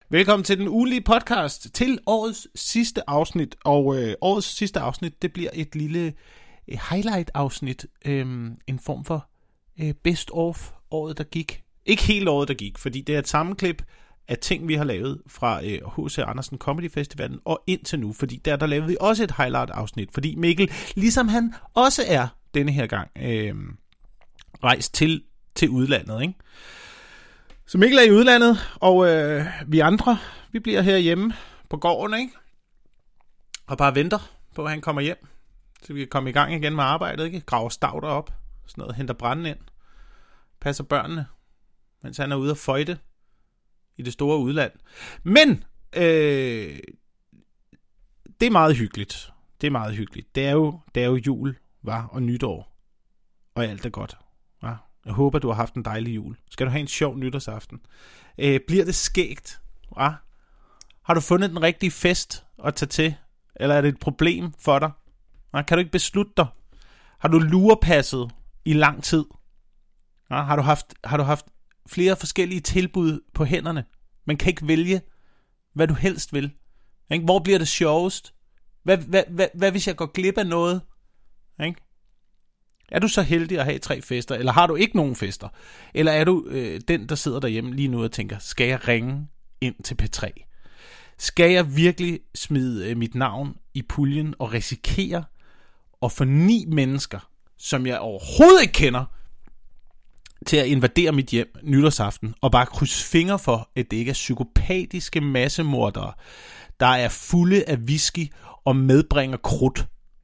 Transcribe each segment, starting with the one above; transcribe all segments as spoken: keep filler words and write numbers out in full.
Velkommen til den ugenlige podcast, til årets sidste afsnit. Og øh, årets sidste afsnit, det bliver et lille øh, highlight-afsnit. Øh, en form for øh, best of året, der gik. Ikke helt året, der gik, fordi det er et sammenklip af ting, vi har lavet fra øh, H C Andersen Comedy Festivalen og indtil nu. Fordi der, der lavede vi også et highlight-afsnit. Fordi Mikkel, ligesom han også er denne her gang, øh, rejst til, til udlandet, ikke? Så Mikkel er i udlandet, og øh, vi andre, vi bliver herhjemme på gården, ikke? Og bare venter på, at han kommer hjem, så vi kan komme i gang igen med arbejdet, ikke? Graver stavter op, sådan noget, henter branden ind, passer børnene, mens han er ude at føjte i det store udland. Men øh, det er meget hyggeligt. Det er meget hyggeligt. Det er jo, det er jo jul, var og nytår, og alt er godt, var. Jeg håber, du har haft en dejlig jul. Skal du have en sjov nytårsaften? Øh, bliver det skægt? Ja? Har du fundet den rigtige fest at tage til? Eller er det et problem for dig? Ja? Kan du ikke beslutte dig? Har du lurepasset i lang tid? Ja? Har du haft, har du haft flere forskellige tilbud på hænderne? Man kan ikke vælge, hvad du helst vil. Ikke? Hvor bliver det sjovest? Hvad, hvad, hvad, hvad hvis jeg går glip af noget? Ikke? Er du så heldig at have tre fester, eller har du ikke nogen fester? Eller er du øh, den, der sidder derhjemme lige nu og tænker, skal jeg ringe ind til P tre? Skal jeg virkelig smide øh, mit navn i puljen og risikere at få ni mennesker, som jeg overhovedet ikke kender, til at invadere mit hjem nytårsaften, og bare krydse fingre for, at det ikke er psykopatiske massemordere, der er fulde af whisky og medbringer krudt?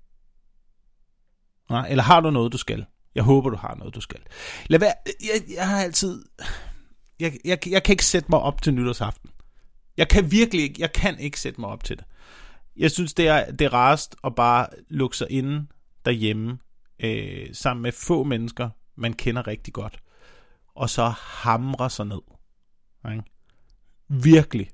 Nej, eller har du noget, du skal? Jeg håber, du har noget, du skal. Lad være. Jeg, jeg har altid... Jeg, jeg, jeg kan ikke sætte mig op til nytårsaften. Jeg kan virkelig ikke. Jeg kan ikke sætte mig op til det. Jeg synes, det er, det er rarest at bare lukke sig inde derhjemme, øh, sammen med få mennesker, man kender rigtig godt, og så hamre sig ned. Okay? Virkelig.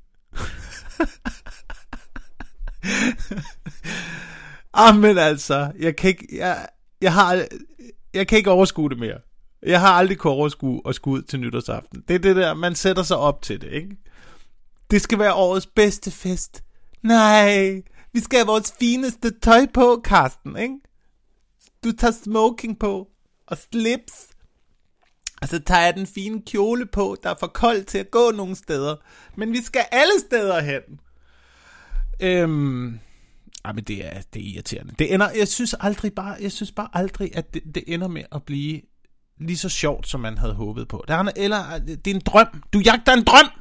Amen altså, jeg kan ikke, jeg, jeg har, jeg kan ikke overskue det mere. Jeg har aldrig kunnet overskue at skulle ud til nytårsaften. Det er det der, man sætter sig op til det, ikke? Det skal være årets bedste fest. Nej, vi skal have vores fineste tøj på, Karsten, ikke? Du tager smoking på og slips, og så tager jeg den fine kjole på, der er for koldt til at gå nogen steder. Men vi skal alle steder hen. Øhm... Ej, men det er, det er irriterende. Det ender, jeg synes aldrig bare, jeg synes bare aldrig, at det, det ender med at blive lige så sjovt, som man havde håbet på. Der er, eller, det er en drøm. Du jagter en drøm!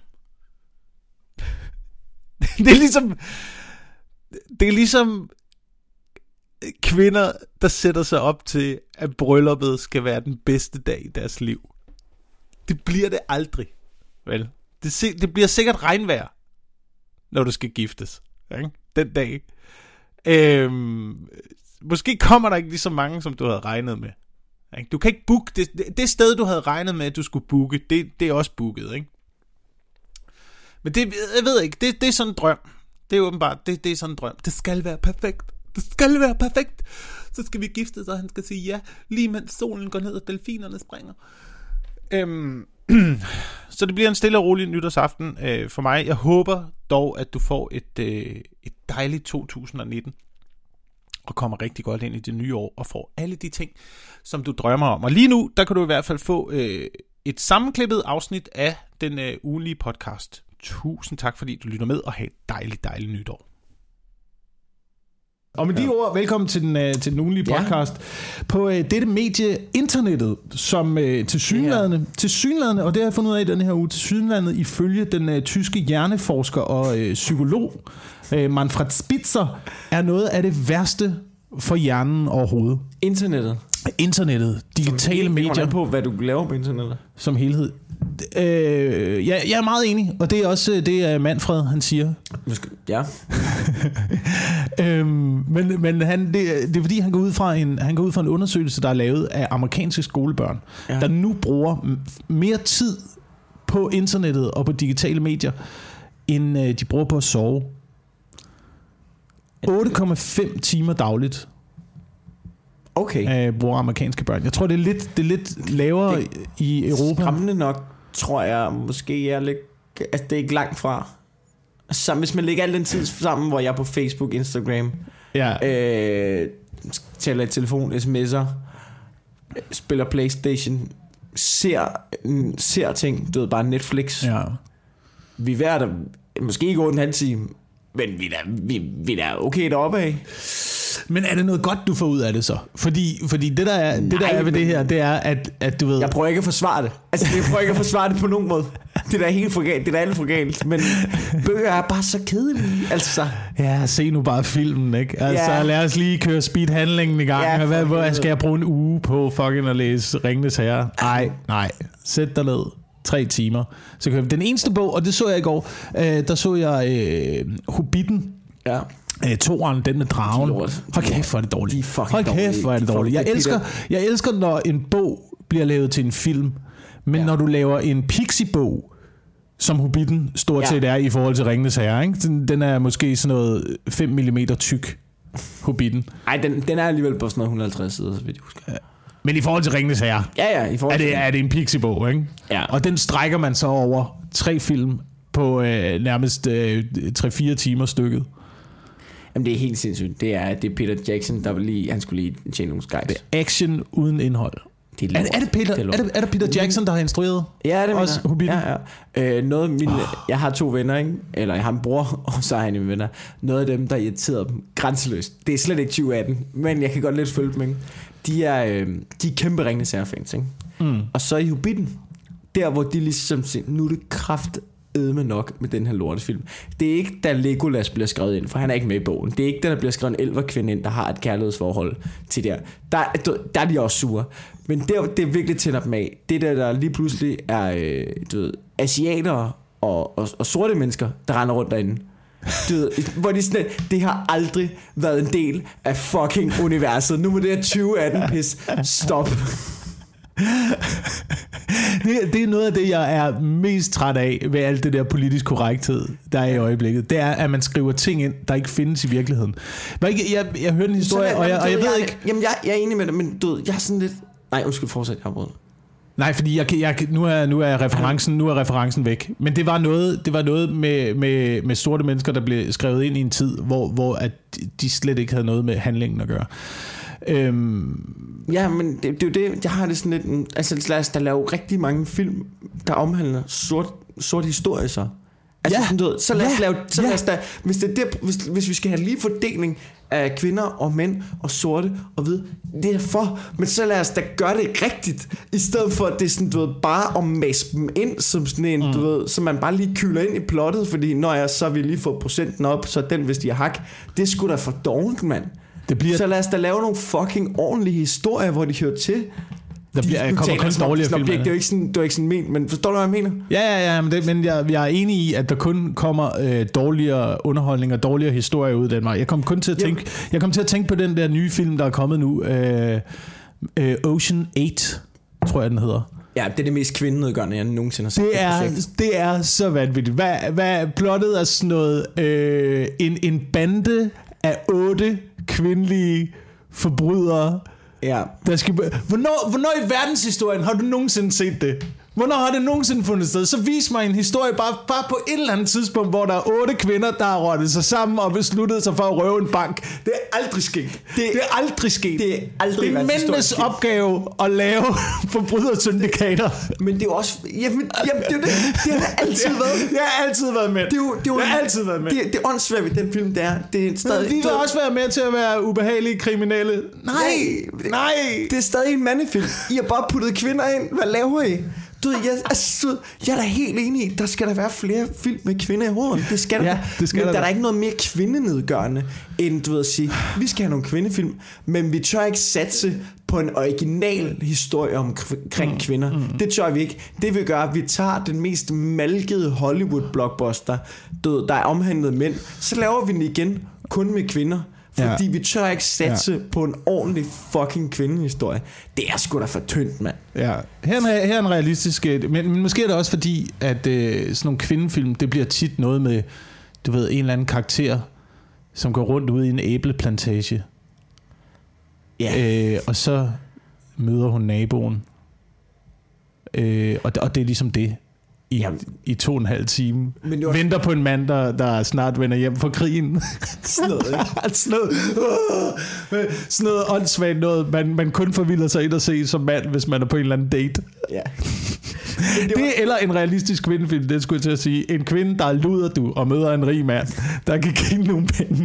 Det er ligesom, det er ligesom kvinder, der sætter sig op til, at brylluppet skal være den bedste dag i deres liv. Det bliver det aldrig. Vel? Det, det bliver sikkert regnvejr, når du skal giftes. Ikke? Den dag. Øhm, måske kommer der ikke lige så mange, som du havde regnet med. Ikke? Du kan ikke booke det, det, det sted, du havde regnet med, at du skulle booke, det, det er også booket, ikke? Men det, jeg ved ikke, det, det er sådan en drøm. Det er åbenbart, det, det er sådan en drøm. Det skal være perfekt. Det skal være perfekt. Så skal vi gifte, så han skal sige ja, lige mens solen går ned og delfinerne springer. Øhm, så det bliver en stille og rolig nytårsaften øh, for mig. Jeg håber dog, at du får et, øh, et dejligt to tusind nitten og kommer rigtig godt ind i det nye år og får alle de ting, som du drømmer om. Og lige nu, der kan du i hvert fald få øh, et sammenklippet afsnit af den øh, ugenlige podcast. Tusind tak, fordi du lytter med, og have et dejligt, dejligt nytår. Og med de ord, velkommen til den, uh, til den ugenlige podcast ja. på uh, dette medie, internettet, som uh, tilsyneladende, ja. tilsyneladende, og det har jeg fundet ud af i denne her uge, tilsyneladende ifølge den uh, tyske hjerneforsker og uh, psykolog uh, Manfred Spitzer, er noget af det værste for hjernen overhovedet. Internettet? Internettet, digitale som medier. på, hvad du laver på internettet? Som helhed. Øh, ja, jeg er meget enig, og det er også det, er Manfred, han siger. Ja. øhm, men men han, det, det er fordi, han går ud fra en, han går ud fra en undersøgelse, der er lavet af amerikanske skolebørn, ja. der nu bruger mere tid på internettet og på digitale medier, end øh, de bruger på at sove. otte komma fem timer dagligt. Okay. Øh, bruger amerikanske børn. Jeg tror, det er lidt, det er lidt lavere det, i Europa. Skræmmende nok, tror jeg, måske er lidt, altså det er ikke langt fra. Så hvis man lægger al den tid sammen, hvor jeg er på Facebook, Instagram, ja. øh, taler i telefon, sms'er, spiller PlayStation, ser, ser ting, du ved, bare Netflix. Ja. Vi er hver der, måske ikke over en halv time, men vi er da, vi, vi er da okay deroppe af. Men er det noget godt, du får ud af det så? Fordi, fordi det, der er, det, der er ved det her, det er, at, at du ved... Jeg prøver ikke at forsvare det. Altså, jeg prøver ikke at forsvare det på nogen måde. Det er da helt for galt. Det er da alt for galt. Men bøger er bare så kedelige. Altså. Ja, se nu bare filmen, ikke? Altså, ja. Lad os lige køre speedhandlingen i gang. Ja, Hvad, hvor skal jeg bruge en uge på fucking at læse Ringenes Herre? Nej, nej. Sæt dig ned. Tre timer. Så kan jeg... Den eneste bog, og det så jeg i går, øh, der så jeg øh, Hobbiten. Ja. Øh, toeren, den med dragen. Hold kæft, hvor er det dårligt. Hold kæft, hvor er det dårligt. Jeg elsker, jeg elsker, når en bog bliver lavet til en film, men ja. Når du laver en pixie-bog, som Hobbiten stort set ja. Er i forhold til Ringenes Herre, ikke? Den, den er måske sådan noget fem millimeter tyk, Hobbiten. Nej, den, den er alligevel på sådan noget et hundrede og halvtreds sider, så vidt jeg husker. Ja. Men i forhold til Ringenes Herre, ja, ja, i forhold til er, det, er det en pixie-bog, ikke? Ja. Og den strækker man så over tre film på øh, nærmest øh, tre-fire timer stykket. Jamen det er helt sindssygt. Det er, det er Peter Jackson, der vil lige, han skulle lige tjene nogle skies. Det er action uden indhold. Det er, er, er, det Peter, det er, er, det, er det Peter Jackson, der har instrueret? Ja, det også Hobbiten? Ja, ja. Øh, noget af mine, oh. Jeg har to venner, ikke? Eller jeg har en bror, og så har han en venner. Noget af dem, der irriterer dem grænseløst. Det er slet ikke tyve atten, men jeg kan godt lidt følge dem, ikke? De er, øh, de er kæmpe Ringenes Herre-fans, ikke? Mm. Og så i Hobbiten, der hvor de ligesom siger, nu er det kraft edme nok med den her lortefilm. Det er ikke, da Legolas bliver skrevet ind, for han er ikke med i bogen. Det er ikke, da der bliver skrevet en elverkvinde ind, der har et kærlighedsforhold til der. Der, der er de også sure. Men der, det er virkelig tænder dem af. Det der, der lige pludselig er, øh, du ved, asiatere og, og, og sorte mennesker, der render rundt derinde. Du ved, hvor de sådan, det har aldrig været en del af fucking universet. Nu må det her tyve atten pis. Stop. det, det er noget af det, jeg er mest træt af ved alt det der politisk korrekthed, der er i øjeblikket. Det er, at man skriver ting ind, der ikke findes i virkeligheden. Jeg, jeg, jeg hørte en historie, sådan, og, jeg, og jeg ved jeg, ikke... Jamen, jeg, jeg er enig med dig, men du ved, jeg er sådan lidt... Nej, undskyld, fortsæt, jeg har brugt. Nej, fordi jeg, jeg, nu, er, nu, er referencen, nu er referencen væk. Men det var noget, det var noget med, med, med sorte mennesker, der blev skrevet ind i en tid, hvor, hvor at de slet ikke havde noget med handlingen at gøre. Øhm, ja, men det, det er jo det, jeg har det sådan lidt... Altså lad os da lave rigtig mange film, der omhandler sort, sort historie så. Altså ja, sådan noget, så lad os ja, lave... Så ja. lad os da, hvis, det der, hvis, hvis vi skal have lige fordeling af kvinder og mænd og sorte og hvide, det er for, men så lad os da gøre det rigtigt, i stedet for at det er sådan, du ved, bare at masse dem ind som sådan en, mm. du ved, så man bare lige kyler ind i plottet, fordi når jeg så vil lige få procenten op, så den, hvis de har hak, det er sgu da for dårligt, mand. Det bliver... Så lad os da lave nogle fucking ordentlige historier, hvor de hører til. Der bliver, de, kommer kun dårligere film. Det er jo ikke sådan, det er ikke sådan ment, men forstår du, hvad jeg mener? Ja, ja, ja, men, det, men jeg, jeg er enig i, at der kun kommer øh, dårligere underholdning og dårligere historier ud af den vej. Jeg kom kun til at tænke, jeg kom til at tænke på den der nye film, der er kommet nu, øh, øh, Ocean otte, tror jeg den hedder. Ja, det er det mest kvindenedgørende, jeg nogensinde har set. Det er, det er så vanvittigt. Hvad, hvad plottet er sådan noget, øh, en, en bande af otte kvindelige forbrydere. Ja. Der skal, hvornår, hvornår i verdenshistorien har du nogensinde set det? Hvornår har det nogensinde fundet sted? Så vis mig en historie bare, bare på et eller andet tidspunkt, hvor der er otte kvinder, der har rottet sig sammen og besluttet sig for at røve en bank. Det er aldrig sket. Det, det er aldrig sket. Det er aldrig det er mændenes opgave at lave forbrydersyndikater. Men det er jo også... Jamen, jamen det er jo det. Det har altid været. Det har altid været med. Det er jo, det er jo, det har altid været med. Det, det er åndssvagt ved den film, det er. Det er stadig... Men vi vil også være med til at være ubehagelige kriminelle. Nej. Nej. Det er stadig en mandefilm. I har bare puttet kvinder ind. Hvad laver I? Du ved, jeg, altså, jeg er da helt enig i, der skal der være flere film med kvinder i hovedet. Det skal der. Ja, det skal men der. Der er der ikke noget mere kvindenedgørende end, du ved, at sige, vi skal have nogle kvindefilm, men vi tør ikke satse på en original historie omkring mm, kvinder. Mm. Det tør vi ikke. Det vil gøre, at vi tager den mest malkede Hollywood-blockbuster, du ved, der er omhandlet mænd, så laver vi den igen kun med kvinder. Fordi ja. vi tør ikke satse ja. på en ordentlig fucking kvindehistorie. Det er sgu da for tyndt, mand. Ja. Her er, her er en realistisk... Men, men måske er det også fordi, at øh, sådan nogle kvindefilm, det bliver tit noget med, du ved, en eller anden karakter, som går rundt ude i en æbleplantage. Ja. Øh, og så møder hun naboen. Øh, og, og det er ligesom det. i, i to og en halv time. Men var... Venter på en mand, der, der snart vender hjem fra krigen. Sådan noget, ikke? sådan noget, uh, sådan noget åndssvagt noget, man, man kun forvilder sig ind og se som mand, hvis man er på en eller anden date. Ja. Det, var... det eller en realistisk kvindefilm, det skulle jeg til at sige. En kvinde, der luder du og møder en rig mand, der kan give nogle penge.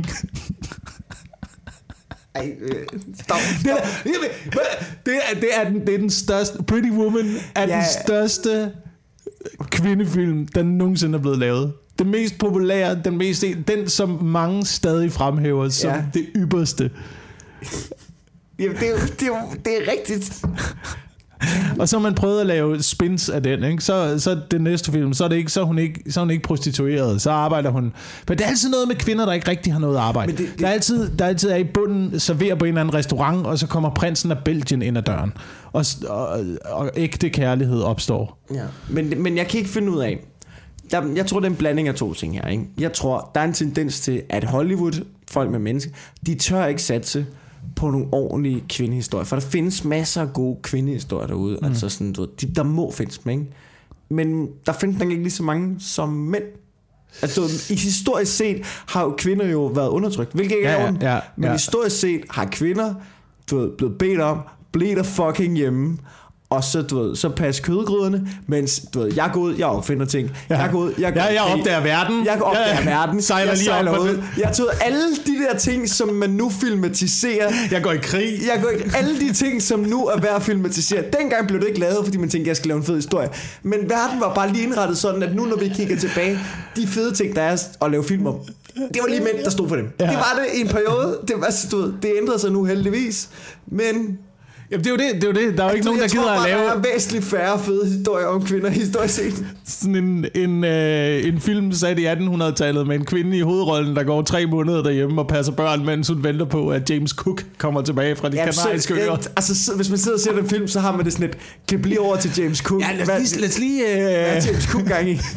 Ej, øh, stop, stop. Det, er, det, er, det, er den, det er den største. Pretty Woman er ja. den største kvindefilm, der nogensinde er blevet lavet. Den mest populære, den mest den som mange stadig fremhæver som ja. det ypperste. Jamen, det er, det er, det er rigtigt. Og så har man prøvet at lave spins af den, ikke? Så, så det næste film, så er, det ikke, så er hun ikke, så er hun ikke prostitueret, så arbejder hun. Men det er altid noget med kvinder, der ikke rigtig har noget arbejde. Det, det, der, er altid, der er altid er i bunden, serverer på en eller anden restaurant, og så kommer prinsen af Belgien ind ad døren. Og, og, og ægte kærlighed opstår. Ja. Men, men jeg kan ikke finde ud af, der, jeg tror det er en blanding af to ting her, ikke? Jeg tror, der er en tendens til, at Hollywood, folk med mennesker, de tør ikke satse på nogle ordentlige kvindehistorier. For der findes masser af gode kvindehistorier derude. Mm. Altså sådan, du ved, de, der må findes dem, ikke? Men der findes nok ikke lige så mange som mænd. Altså, i historisk set har jo kvinder jo været undertrykt, hvilket ikke er ja, ondt. ja, ja, men ja. historisk set har kvinder, du ved, blevet bedt om, bliv der fucking hjemme, og så, du ved, så pas kødgryderne, mens, du ved, jeg går ud, jeg opfinder ting, ja. jeg går ud, jeg, ja, jeg opdager verden, jeg opdager ja, ja. verden, sejler jeg lige sejler op ud, jeg tog alle de der ting, som man nu filmatiserer, jeg går i krig, jeg går i, alle de ting, som nu er værd at filmatisere, dengang blev det ikke lavet, fordi man tænkte, jeg skal lave en fed historie, men verden var bare lige indrettet sådan, at nu, når vi kigger tilbage, de fede ting, der er at lave film om, det var lige mænd, der stod for dem. Ja. Det var det i en periode, det, altså, du ved, det ændrede sig nu heldigvis, men... Jamen, det er jo det, det er jo det. Der er jo ikke nogen, der gider at lave... Jeg tror bare, der er væsentligt færre fede historier om kvinder historisk set. Sådan en, en, øh, en film sat i attenhundredetallet med en kvinde i hovedrollen, der går tre måneder derhjemme og passer børn, mens hun venter på, at James Cook kommer tilbage fra de ja, kanariske øer. Ja, altså, hvis man sidder og ser den film, så har man det sådan et, kan blive over til James Cook. Ja, lad os lige... Lad os lige øh... Hvad er James Cook gang i?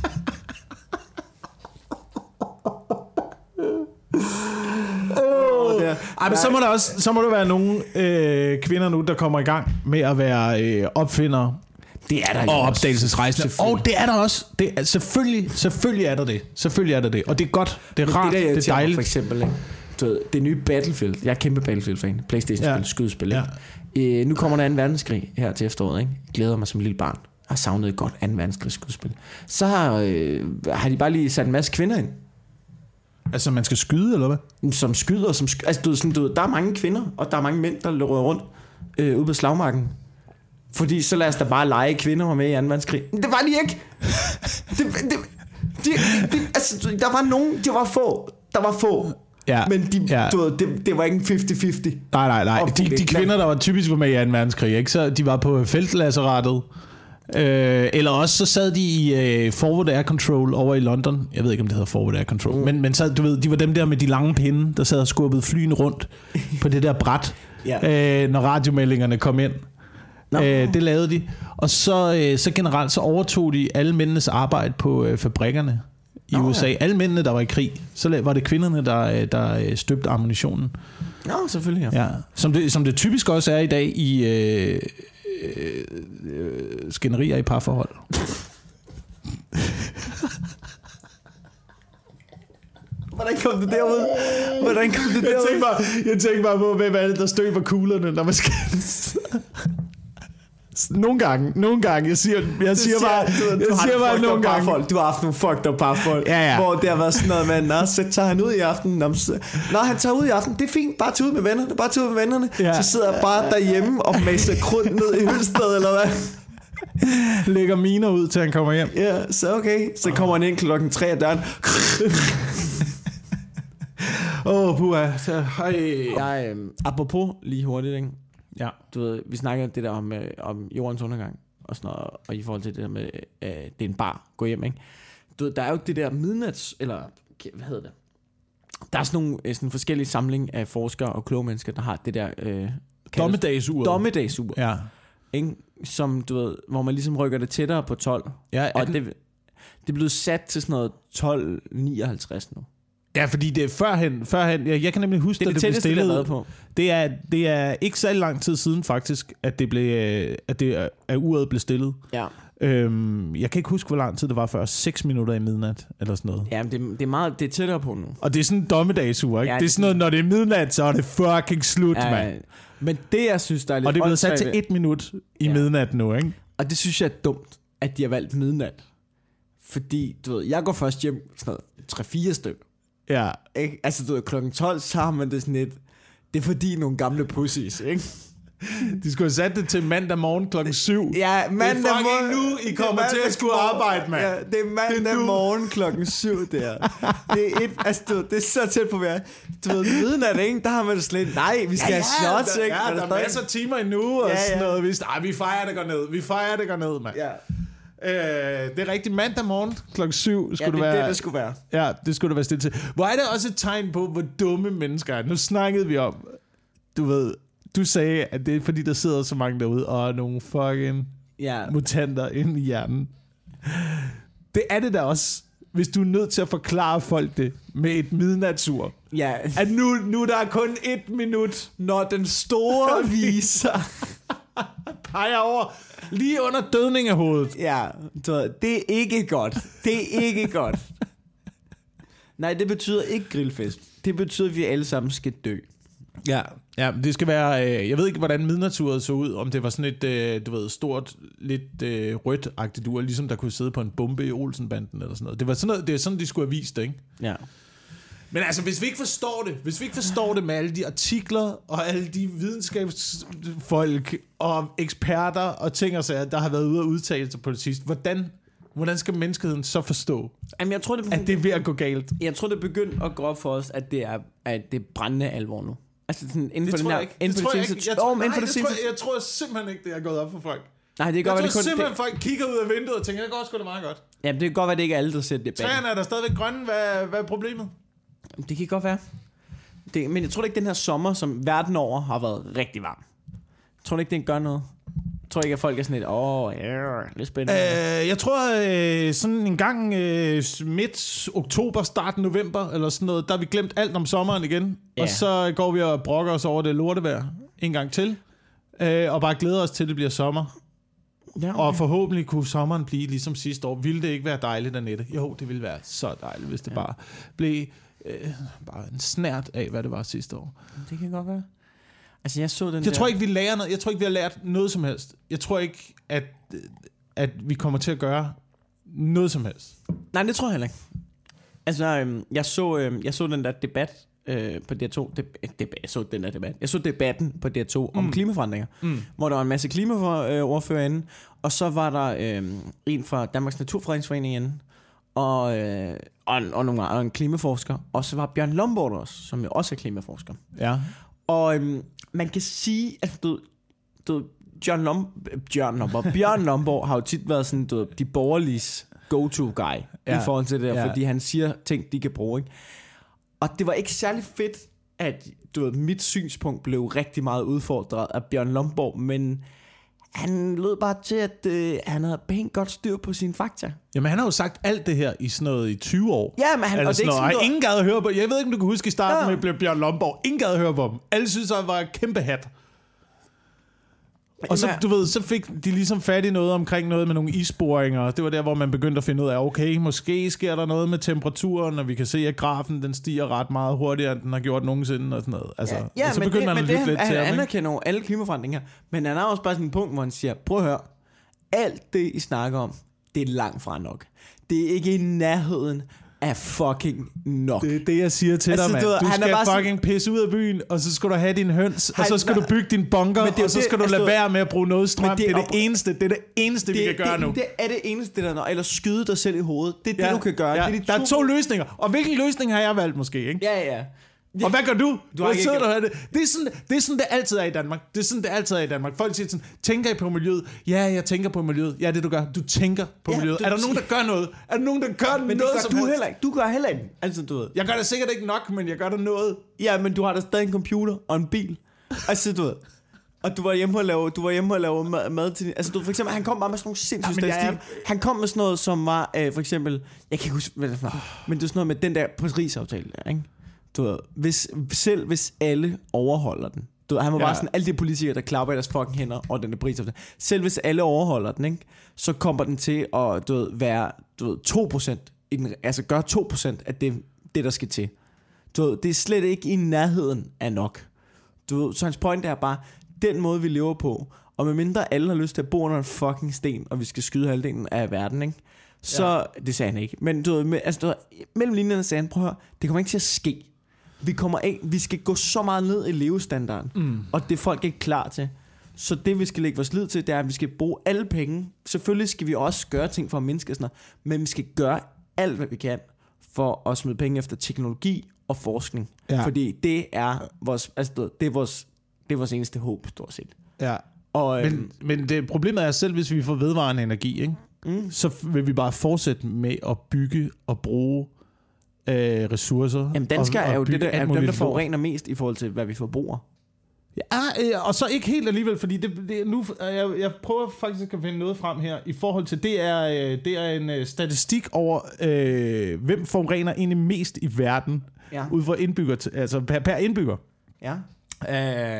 Ej, men så må der også så må der være nogle øh, kvinder nu, der kommer i gang med at være øh, opfindere. Det er der og opdagelsesrejsende. Og det er der også. Det er, selvfølgelig, selvfølgelig er der det. Selvfølgelig er der det. Og det er godt. Det er rart. Det, der, det er dejligt. For eksempel, ikke? Du ved, det nye Battlefield. Jeg er kæmpe Battlefield-fan. PlayStation-spil, ja. skydespil. Ja. Øh, nu kommer der anden verdenskrig her til efteråret. Ikke? Jeg glæder mig som lille barn. Jeg har savnet et godt anden verdenskrig skydespil. Så har, øh, har de bare lige sat en masse kvinder ind. Altså man skal skyde, eller hvad? Som skyder, som sky- altså, du, sådan, du, der er mange kvinder, og der er mange mænd, der løber rundt øh, ude på slagmarken. Fordi så lad os da bare lege kvinder var med i anden verdenskrig. Det var de ikke. det, det, de, de, altså, der var nogen, der var få, der var få. Ja, men de, ja. du, det, det var ikke en halvtreds halvtreds. Nej, nej, nej. De, de kvinder, der var typisk var med i anden verdenskrig, ikke? Så de var på feltlasseratet. Øh, eller også så sad de i øh, Forward Air Control over i London. Jeg ved ikke om det hedder Forward Air Control, mm. men, men så, du ved, de var dem der med de lange pinde, der sad og skubbede flyene rundt på det der bræt, yeah. øh, når radiomeldingerne kom ind. No. øh, Det lavede de. Og så, øh, så generelt så overtog de alle mændenes arbejde på øh, fabrikkerne i oh, U S A. Ja. Alle mændene, der var i krig. Så var det kvinderne, der, der støbte ammunitionen. Ja, no, selvfølgelig. Ja. Ja. Som, det, som det typisk også er i dag i øh, Øh, øh, skænderier i parforhold. Hvordan kom det derud? Hvordan kom det derud? Jeg tænker bare, jeg tænker bare på, hvem er det, der støber kuglerne, når man skændes. Nogle gange, nogle gange. Jeg siger, jeg siger bare, du, du jeg siger bare nogle gange. Parforhold. Du har haft nogle fucked up parforhold, ja, ja. hvor det har været sådan noget med, nå, så tager han ud i aften. Nå, nå, han tager ud i aften. Det er fint, bare tage ud med vennerne. Bare tage ud med vennerne. Ja. Så sidder jeg bare derhjemme og maser krund ned i Hølsted, eller hvad? Lægger miner ud, til han kommer hjem. Ja, så okay. Så kommer han ind klokken tre af døren. Åh, oh, puha. Jeg, øh, apropos lige hurtigt, ikke? Ja. Du ved, vi snakker det der om, øh, om jordens undergang og sådan noget, og i forhold til det der med, øh, det er en bar, gå hjem, ikke? Du ved, der er jo det der midnats, eller hvad hedder det? Der er sådan nogle øh, sådan forskellige samling af forskere og kloge mennesker, der har det der øh, dommedagsur. Dommedagsur. Ja. Ikke? Som du ved, hvor man ligesom rykker det tættere på tolv. Ja, og det, det er blevet sat til sådan noget tolv nioghalvtreds nu. Ja, fordi det er førhen, førhen jeg, jeg kan nemlig huske, det er at det, det blev stillet. Det, på. Det er det er ikke så lang tid siden faktisk, at det blev at det er, at uret blev stillet. Ja. Øhm, jeg kan ikke huske, hvor lang tid det var før. seks minutter i midnat, eller sådan noget. Ja, men det, det er meget, det er tættere på nu. Og det er sådan en dommedagsur, ikke? Ja, det er sådan noget, når det er midnat, så er det fucking slut, ja, mand. Men det, jeg synes, der er lidt... Og det er blevet sat til et minut i ja. midnat nu, ikke? Og det synes jeg er dumt, at de har valgt midnat. Fordi, du ved, jeg går først hjem sådan noget tre fire stykker. Ja. Ikke? Altså, du ved, klokken tolv, så har man det sådan lidt... Det er fordi nogle gamle pussies, ikke? De skulle have sat det til mandag morgen klokken syv. Ja, mandag morgen. morgen. Nu, I kommer til at skulle arbejde, mand. Ja, det er mandag det er morgen klokken syv der. Det er, et, altså, du, det er så tæt på hver. Du ved, midnat, ikke? Der har man slet... Nej, vi skal ja, ja, have shots, der, ikke? Ja, der, der er masser af timer endnu og ja, ja. sådan noget. Vi, ej, vi fejrer det går ned. Vi fejrer det går ned, mand. Ja. Øh, det er rigtigt. Mandag morgen klokken syv skulle ja, det, det være. det, det skulle være. Ja, det skulle det være stille til. Hvor er det også et tegn på, hvor dumme mennesker er. Nu snakkede vi om, du ved... Du sagde, at det er fordi, der sidder så mange derude, og er nogle fucking ja. mutanter inde i hjernen. Det er det da også, hvis du er nødt til at forklare folk det med et midnatsur. Ja. At nu, nu der er kun et minut, når den store viser peger over lige under dødningehovedet. Ja, det er ikke godt. Det er ikke godt. Nej, det betyder ikke grillfest. Det betyder, at vi alle sammen skal dø. Ja, ja, det skal være, øh, jeg ved ikke, hvordan midnatsuret så ud, om det var sådan et, øh, du ved, stort, lidt øh, rødt-agtigt ur, ligesom der kunne sidde på en bombe i Olsenbanden eller sådan noget. Det var sådan noget, det er sådan, de skulle have vist det, ikke? Ja. Men altså, hvis vi ikke forstår det, hvis vi ikke forstår det med alle de artikler, og alle de videnskabsfolk, og eksperter, og ting og sager, der har været ude og udtale sig på det sidste, hvordan... Hvordan skal menneskeheden så forstå, Jamen, jeg tror, det at det er ved at gå galt? Jeg tror, det er begyndt at gå op for os, at det er, at det er brændende alvor nu. Altså sådan inden for det den her... Det tror jeg ikke. Jeg tror, nej, det tror, jeg, jeg tror simpelthen ikke, det er gået op for folk. Nej, det kan godt være, det kun... Jeg tror simpelthen, det... folk kigger ud af vinduet og tænker, det går sgu da meget godt. Ja, det kan godt være, det ikke er alle, der sætter det bag. Træerne er der stadigvæk grønne. Hvad, hvad er problemet? Det kan godt være. Det, men jeg tror ikke, den her sommer, som verden over har været rigtig varm. Jeg tror ikke, det gør noget. Jeg tror ikke, at folk er sådan lidt, åh, oh, yeah, lidt spændende. Øh, jeg tror, øh, sådan en gang øh, midt oktober, start november, eller sådan noget, der har vi glemt alt om sommeren igen. Ja. Og så går vi og brokker os over det lortevejr en gang til. Øh, og bare glæder os til, at det bliver sommer. Ja, okay. Og forhåbentlig kunne sommeren blive ligesom sidste år. Ville det ikke være dejligt, Annette? Jo, det ville være så dejligt, hvis det ja. bare blev øh, bare en snært af, hvad det var sidste år. Det kan godt være. Altså, jeg så den jeg der... tror ikke vi lærer noget. Jeg tror ikke vi har lært noget som helst. Jeg tror ikke at at vi kommer til at gøre noget som helst. Nej, det tror jeg heller ikke. Altså, øhm, jeg så øhm, jeg så den der debat øh, på D R to. Deb- deb- jeg så den der debat. Jeg så debatten på D R to mm. om klimaforandringer, mm. hvor der var en masse klimaordfører inde, og så var der øh, en fra Danmarks Naturfredningsforening inde, og øh, og, og, nogle, og en klimaforsker, og så var Bjørn Lomborg også, som jo også er klimaforsker. Ja. Og øhm, man kan sige, at du, du, John Lom, Bjørn Lomborg, Bjørn Lomborg har jo tit været sådan, du, de borgerliges go-to-guy ja. i forhold til det der, ja. fordi han siger ting, de kan bruge. Ikke? Og det var ikke særlig fedt, at du ved, mit synspunkt blev rigtig meget udfordret af Bjørn Lomborg, men han lød bare til, at øh, han havde pænt godt styr på sine fakta. Jamen, han har jo sagt alt det her i sådan noget i tyve år. Ja, men han... Altså, og det er ikke sådan noget, ingen gad at høre på... Jeg ved ikke, om du kan huske i starten, ja. med Bjørn Lomborg. Ingen gad at høre på dem. Alle synes, han var en kæmpe hat. Og så, du ved, så fik de ligesom fat i noget omkring noget med nogle isboringer. Det var der, hvor man begyndte at finde ud af, okay, måske sker der noget med temperaturen, og vi kan se, at grafen den stiger ret meget hurtigere, end den har gjort nogensinde, og sådan noget. Altså, ja, ja, og så men begyndte det, man at lytte lytte lidt han, til han ham. Han anerkender jo alle klimaforandringer, men han har også bare sådan en punkt, hvor han siger, prøv at høre, alt det, I snakker om, det er langt fra nok. Det er ikke i nærheden af fucking nok. Det er det, jeg siger til altså, dig, mand. Du, du skal fucking sådan... pisse ud af byen, og så skal du have din høns, han, og så skal du bygge din bunker, og så skal det, du lade altså, være med at bruge noget strøm. Det er det, det eneste, det er det eneste, det, vi kan gøre det, nu. Det er det eneste, der er noget. Eller skyde dig selv i hovedet. Det er ja, det, du kan gøre. Ja. Det er de der er to løsninger. Og hvilken løsning har jeg valgt måske, ikke? Ja, ja. Og hvad gør du? Du har ikke du det? Det, er sådan, det er sådan, det altid er i Danmark. Det er sådan, det altid er i Danmark. Folk siger sådan, tænker I på miljøet? Ja, jeg tænker på miljøet. Ja, det du gør. Du tænker på ja, miljøet. Er der nogen, der gør noget? Er der nogen, der gør men noget? Men som du helst? heller ikke. Du gør heller ikke. Altså, du ved. Jeg gør det sikkert ikke nok, men jeg gør der noget. Ja, men du har da stadig en computer og en bil. Altså, du ved. Og du var hjemme og lave, du var hjemme og lave mad, mad til... Altså, du for eksempel, han kom bare med sådan nogle sindssyge statistik. Han kom med sådan noget, som var, øh, for eksempel... Jeg kan ikke huske, hvad det var. Men det er sådan noget med den der Paris-aftale der, ikke? Du ved, hvis, selv hvis alle overholder den, Du ved, han var Ja. bare sådan, alle de politikere, der klapper i deres fucking hænder over den der brændstofskat. Selv hvis alle overholder den, ikke, så kommer den til at du ved, være du ved, to procent, i den, altså gør to procent af det, det der skal til. Du ved, det er slet ikke i nærheden af nok. Du ved, så hans point er bare, den måde vi lever på, og medmindre alle har lyst til at bo under en fucking sten, og vi skal skyde halvdelen af verden, ikke? Så, ja. Det sagde han ikke. Men du ved, med, altså, du ved, mellem linjerne sagde han, prøv at høre, det kommer ikke til at ske. Vi kommer af, vi skal gå så meget ned i levestandarden, mm. og det er folk ikke klar til. Så det vi skal lægge vores lid til, det er, at vi skal bruge alle penge. Selvfølgelig skal vi også gøre ting for at mindske sådan noget, men vi skal gøre alt, hvad vi kan, for at smide penge efter teknologi og forskning. Ja. Fordi det er vores, altså, det er vores, det er vores eneste håb, stort set. Ja. Og, men, øhm, men det problemet er selv, hvis vi får vedvarende energi, ikke? Mm. Så vil vi bare fortsætte med at bygge og bruge øh, ressourcer. Jamen danskere og, og er jo det, der, er dem, der forurener lort. mest i forhold til, hvad vi forbruger. Ja, øh, og så ikke helt alligevel, fordi det, det nu, jeg, jeg prøver faktisk at finde noget frem her i forhold til, det er, øh, det er en øh, statistik over, øh, hvem forurener egentlig mest i verden, ja. Ud fra indbygger, altså per, per indbygger. Ja. Øh,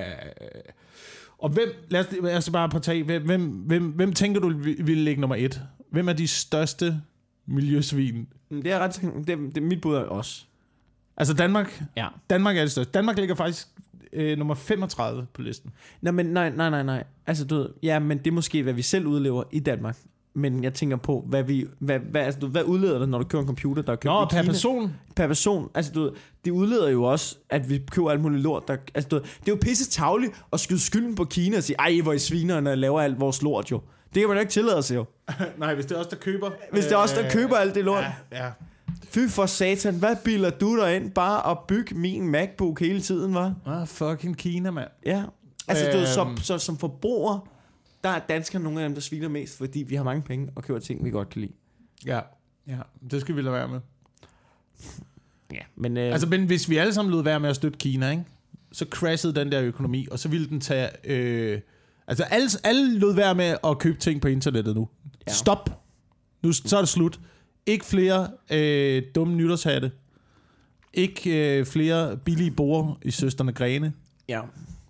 og hvem, lad os, lad os bare påtage, hvem, hvem, hvem, hvem tænker du ville ligge nummer et? Hvem er de største miljøsvin? Det er ret, det, det mit bud er os. Altså Danmark? Ja. Danmark er det største. Danmark ligger faktisk øh, nummer femogtredive på listen. Nej, men nej, nej, nej, nej. Altså du ved, ja, men det er måske, hvad vi selv udlever i Danmark. Men jeg tænker på, hvad vi, hvad, hvad, altså, du, hvad udleder det, når du køber en computer, der er købt Nå, i per Kina? person? Per person. Altså du ved, det udleder jo også, at vi køber alt muligt lort. Der, altså, du ved, det er jo pisse tavligt at skyde skylden på Kina og sige, ej, hvor I svinerne laver alt vores lort jo. Det kan man jo ikke tillade sig jo. Nej, hvis det er os, der køber. Hvis det er os, der køber alt det lort. Ja, ja. Fy for satan, hvad bilder du dig ind bare at bygge min MacBook hele tiden, hva'? Ah, fucking Kina, mand. Ja. Altså, øhm. du ved, som, som, som forbruger, der er danskere nogle af dem, der sviner mest, fordi vi har mange penge og køber ting, vi godt kan lide. Ja, ja, det skal vi lade være med. Ja, men... Øh... Altså, men hvis vi alle sammen lød være med at støtte Kina, ikke? Så crashede den der økonomi, og så ville den tage... Øh... Altså, alle, alle lød være med at købe ting på internettet nu. Ja. Stop! Nu så er det slut. Ikke flere øh, dumme nytårshatte. Ikke øh, flere billige borer i Søsterne Grene. Ja.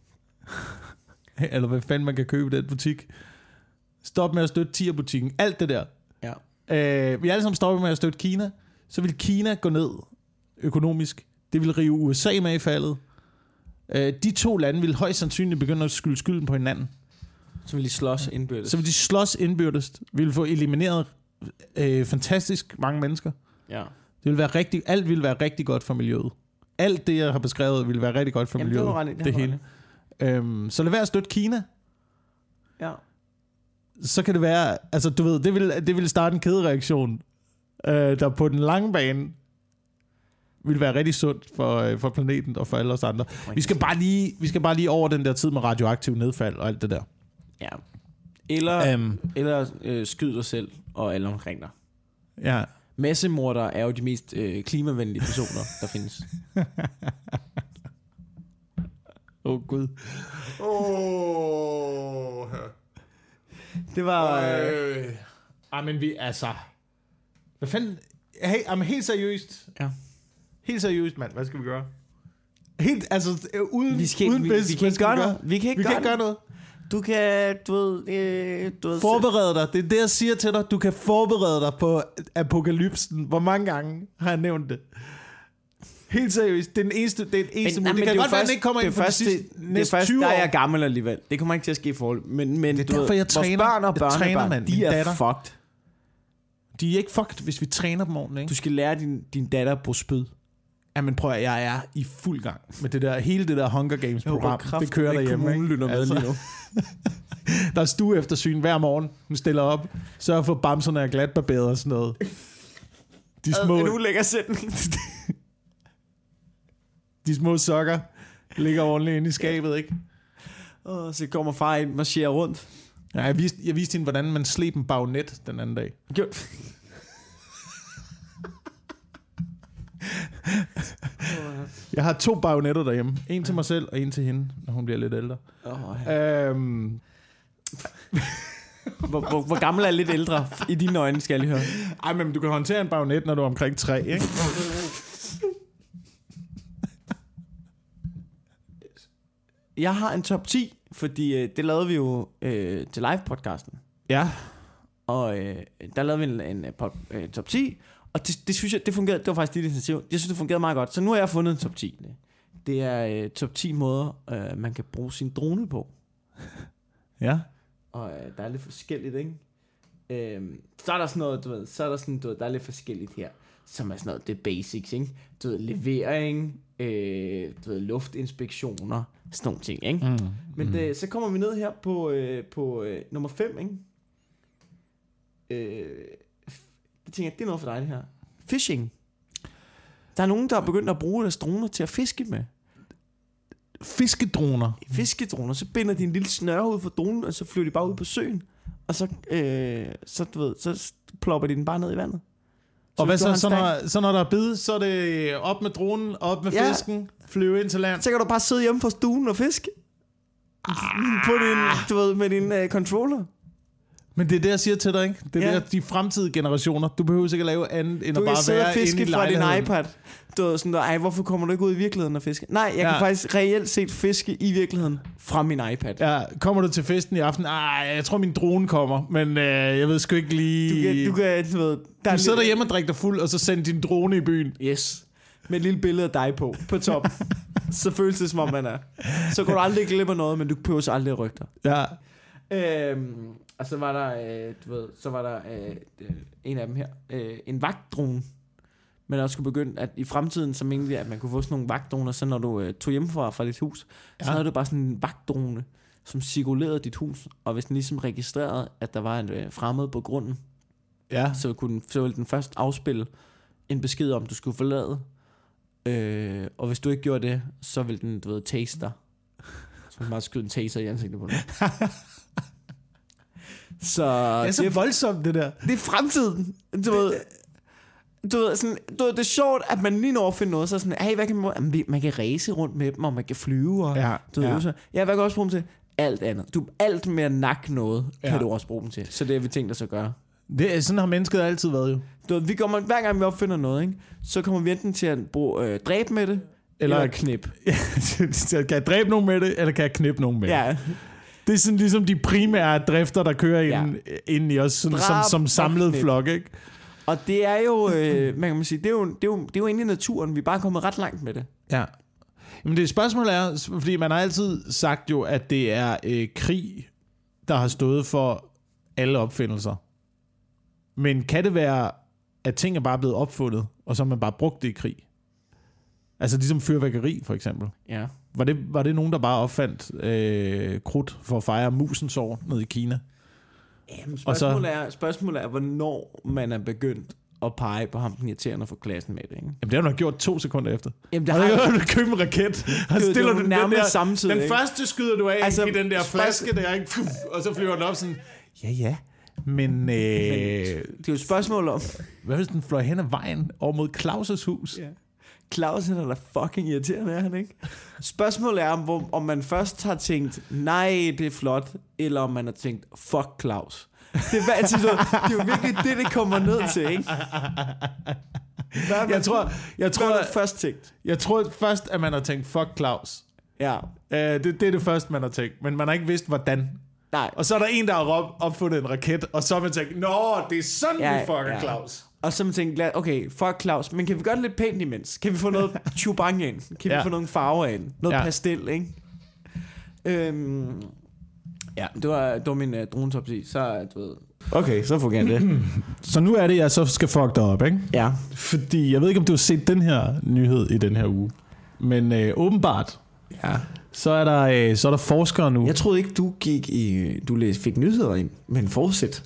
Eller hvad fanden man kan købe i den butik. Stop med at støtte Tier-butikken. Alt det der. Ja. Øh, vi alle sammen stopper med at støtte Kina. Så vil Kina gå ned økonomisk. Det vil rive U S A med i faldet. Øh, de to lande vil højst sandsynligt begynde at skylde skylden på hinanden. Så vil de slås indbyrdes. Så vil de slås indbyrdes. Vi vil få elimineret øh, fantastisk mange mennesker. Ja. Det vil være rigtig, alt vil være rigtig godt for miljøet. Alt det, jeg har beskrevet, vil være rigtig godt for Jamen, miljøet. Det, var ret, det, det hele. Øhm, så lad være at støtte Kina. Ja. Så kan det være, altså du ved, det vil, det vil starte en kædereaktion, øh, der på den lange bane vil være rigtig sundt for, øh, for planeten og for alle os andre. Vi skal bare lige, vi skal bare lige over den der tid med radioaktiv nedfald og alt det der. Ja. Eller, um, eller øh, skyd dig selv og alle omkring dig. Ja. Massemordere er jo de mest øh, klimavenlige personer, der findes. Åh, oh, Gud. Åh. Oh. Det var... Øh. Ej, men vi, altså... Hvad fanden... Hey, jamen, helt seriøst. Ja. Helt seriøst, mand. Hvad skal vi gøre? Helt, altså, uden... Vi, skal, uden vi, bedst, vi kan ikke gøre noget. Vi kan ikke, vi gøre, kan ikke gøre noget. Du kan, du ved... Øh, du ved forberede dig. Det er det, jeg siger til dig. Du kan forberede dig på apokalypsen. Hvor mange gange har jeg nævnt det? Helt seriøst. Det er den eneste... Det er den eneste men, det kan det godt være, den ikke kommer ind for de sidste det er først, der er jeg gammel alligevel. Det kommer ikke til at ske i forhold. Men, men det er du derfor, ved, jeg træner. Vores børn og børnebørn, de er datter. fucked. De er ikke fucked, hvis vi træner dem ordentligt. Ikke? Du skal lære din, din datter at bruge spyd. Jamen prøv at jeg er i fuld gang med det der, hele det der Hunger Games program. Det kører derhjemme. Ikke? Altså. Med lige nu. Der er stue eftersyn hver morgen. Hun stiller op, sørger for bamserne er glatbarberet og sådan noget. De små, en ulækker sætning. de små sokker ligger ordentligt inde i skabet, ikke? Og så kommer far ind, marcherer rundt. Ja, jeg viste, jeg viste hende, hvordan man sleb en bagnet den anden dag. Jo. Jeg har to bagnetter derhjemme. En til mig selv, og en til hende, når hun bliver lidt ældre. Oh, øhm. hvor, hvor, hvor gammel er lidt ældre i dine øjne, skal jeg lige høre? Ej, men du kan håndtere en bagnet, når du er omkring tre, ikke? jeg har en top ti, fordi øh, det lavede vi jo øh, til live-podcasten. Ja. Og øh, der lavede vi en, en pop, øh, top ti, og det, det synes jeg, det fungerede, det var faktisk dit initiativ. Jeg synes, det fungerede meget godt. Så nu har jeg fundet en top ti. Det er øh, top ti måder, øh, man kan bruge sin drone på. Ja. Og øh, der er lidt forskelligt, ikke? Øh, så er der sådan noget, du ved, så er der sådan, du ved, der er lidt forskelligt her, som er sådan noget, det er basics, ikke? Du ved, levering, øh, du ved, luftinspektioner, sådan nogle ting, ikke? Mm. Men det, så kommer vi ned her på, øh, på øh, nummer fem, ikke? Øh, jeg tænker, det er noget for dig, det her. Fishing. Der er nogen, der har begyndt at bruge deres droner til at fiske med. Fiskedroner? Fiskedroner. Så binder de en lille snøre ud for dronen, og så flyver de bare ud på søen. Og så, øh, så, du ved, så plopper de den bare ned i vandet. Så og hvad så, så når, så når der er bid, så er det op med dronen, op med ja. fisken, flyve ind til land? Så kan du bare sidde hjemme fra stuen og fiske. Ah. På din, du ved, med din uh, controller. Men det er det, jeg siger til dig, ikke? Det er ja. der, de fremtidige generationer. Du behøver ikke at lave andet, end du at bare være inde i lejligheden. Du kan sidde og fiske fra din iPad. Du ved sådan der, ej, hvorfor kommer du ikke ud i virkeligheden og fiske? Nej, jeg ja. kan faktisk reelt set fiske i virkeligheden fra min iPad. Ja, kommer du til festen i aften? Ej, jeg tror min drone kommer, men øh, jeg ved sgu ikke lige... Du kan, du kan, du ved... Der du sidder derhjemme og drikker dig fuld, og så sender din drone i byen. Yes. Med et lille billede af dig på, på top. Så føles det, som om man er. Så går du aldrig glip af noget, men du behøver så aldrig rykke dig. Ja. Øhm, og så var der, øh, du ved, så var der øh, en af dem her, øh, en vagtdrone. Men der skulle begynde, at i fremtiden, så mente vi, at man kunne få sådan nogle vagtdroner, så når du øh, tog hjemmefra fra dit hus, ja. så havde du bare sådan en vagtdrone, som cirkulerede dit hus, og hvis den ligesom registrerede, at der var en øh, fremmed på grunden, ja. så, kunne, så ville den først afspille en besked om, du skulle forlade, øh, og hvis du ikke gjorde det, så ville den, du ved, tase dig. Så man bare skyde en taser i ansigtet på dig. Så det er så det er, voldsomt, det der. Det er fremtiden. Du ved, du ved, sådan, du ved, det er sjovt, at man lige når at finde noget, så sådan, hey, hvad kan man, man kan race rundt med dem, og man kan flyve, og ja, du ved, ja. Så, ja, hvad kan du også bruge dem til? Alt andet. Du, alt med at nakke noget, ja. kan du også bruge dem til. Så det er vi tænkt os at gøre. Det er, sådan har mennesket altid været jo. Du ved, vi kommer, hver gang vi opfinder noget, ikke, så kommer vi enten til at bruge, øh, dræbe med det, eller, eller knip. Kan jeg dræbe nogen med det, eller kan jeg knippe nogen med det? Ja. Det er sådan ligesom de primære drifter, der kører ja. ind, ind i os sådan, som, som samlet flok, ikke? Og det er jo, øh, man kan sige, det er jo, det er jo, det er jo inde i naturen. Vi er bare kommet ret langt med det. Ja. Men det spørgsmål er, fordi man har altid sagt jo, at det er øh, krig, der har stået for alle opfindelser. Men kan det være, at ting er bare blevet opfundet, og så har man bare brugt det i krig? Altså ligesom fyrværkeri, for eksempel. Ja. Var det, var det nogen, der bare opfandt øh, krudt for at fejre musens år nede i Kina? Jamen, spørgsmålet, så, er, spørgsmålet er, hvornår man er begyndt at pege på ham, den irriterende for klassen med det, ikke? Jamen, det har du nok gjort to sekunder efter. Jamen, det har jeg... du købt en raket, og så stiller du den der, samtidig, den ikke? første skyder du af altså, i den der spørg... flaske der, ikke? Og så flyver den op sådan, ja, ja. Men, øh, Men det er jo et spørgsmål om... Hvad hvis den fløj hen ad vejen over mod Claus' hus? Ja. Claus er da fucking irriterende, er han ikke? Spørgsmålet er, om, om man først har tænkt, nej, det er flot, eller om man har tænkt, fuck Claus. Det er, altså, det er jo virkelig det, det kommer ned til, ikke? Hvad jeg tror, jeg tror, Hvad først tænkt? Jeg tror først, at man har tænkt, fuck Claus. Ja. Uh, det, det er det første, man har tænkt. Men man har ikke vidst, hvordan. Nej. Og så er der en, der har opfundet en raket, og så har man tænkt, nå, det er sådan, ja, vi fucker ja. Claus. Og så man tænkt, okay, fuck Claus, men kan vi gøre det lidt pænt imens? Kan vi få noget chubang ind? Kan ja. vi få nogle farver ind? Noget ja. pastel, ikke? Øhm, ja, det var, det var min uh, drone-top ti, så du ved... Okay, så fungerer det. Så nu er det, jeg så skal fuck dig op, ikke? Ja. Fordi, jeg ved ikke, om du har set den her nyhed i den her uge, men øh, åbenbart, ja. så, er der, øh, så er der forskere nu. Jeg troede ikke, du gik i... Du læste, fik nyheder ind, men fortsæt.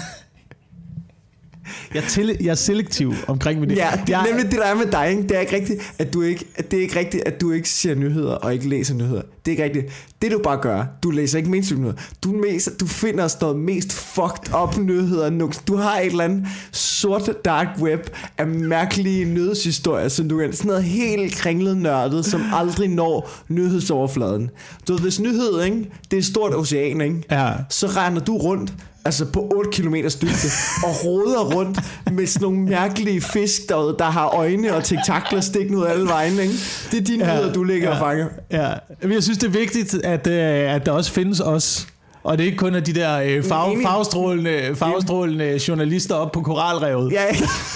Jeg er, til, jeg er selektiv omkring med det. Ja, det er jeg, nemlig det, der er med dig, ikke? Det er ikke rigtigt, at du ikke, at det er ikke rigtigt, at du ikke ser nyheder og ikke læser nyheder. Det er ikke rigtigt. Det du bare gør, du læser ikke mainstream nyheder. Du, mest, du finder noget mest fucked up nyheder. Du har et eller andet sort dark web af mærkelige nyhedshistorier, som du kan, sådan noget helt kringlet nørdet, som aldrig når nyhedsoverfladen. Du ved, hvis nyhed, ikke? Det er et stort ocean, ikke? Ja. Så render du rundt altså på otte kilometers dybde, og roder rundt med sådan nogle mærkelige fisk, der, der har øjne og tentakler stikkende ud af alle vegne, ikke? Det er dine Ja, nyheder, du ligger ja, og fanger. Ja, men jeg synes, det er vigtigt, at, øh, at der også findes os. Og det er ikke kun af de der øh, farve, farvestrålende, farvestrålende journalister op på koralrevet. Ja,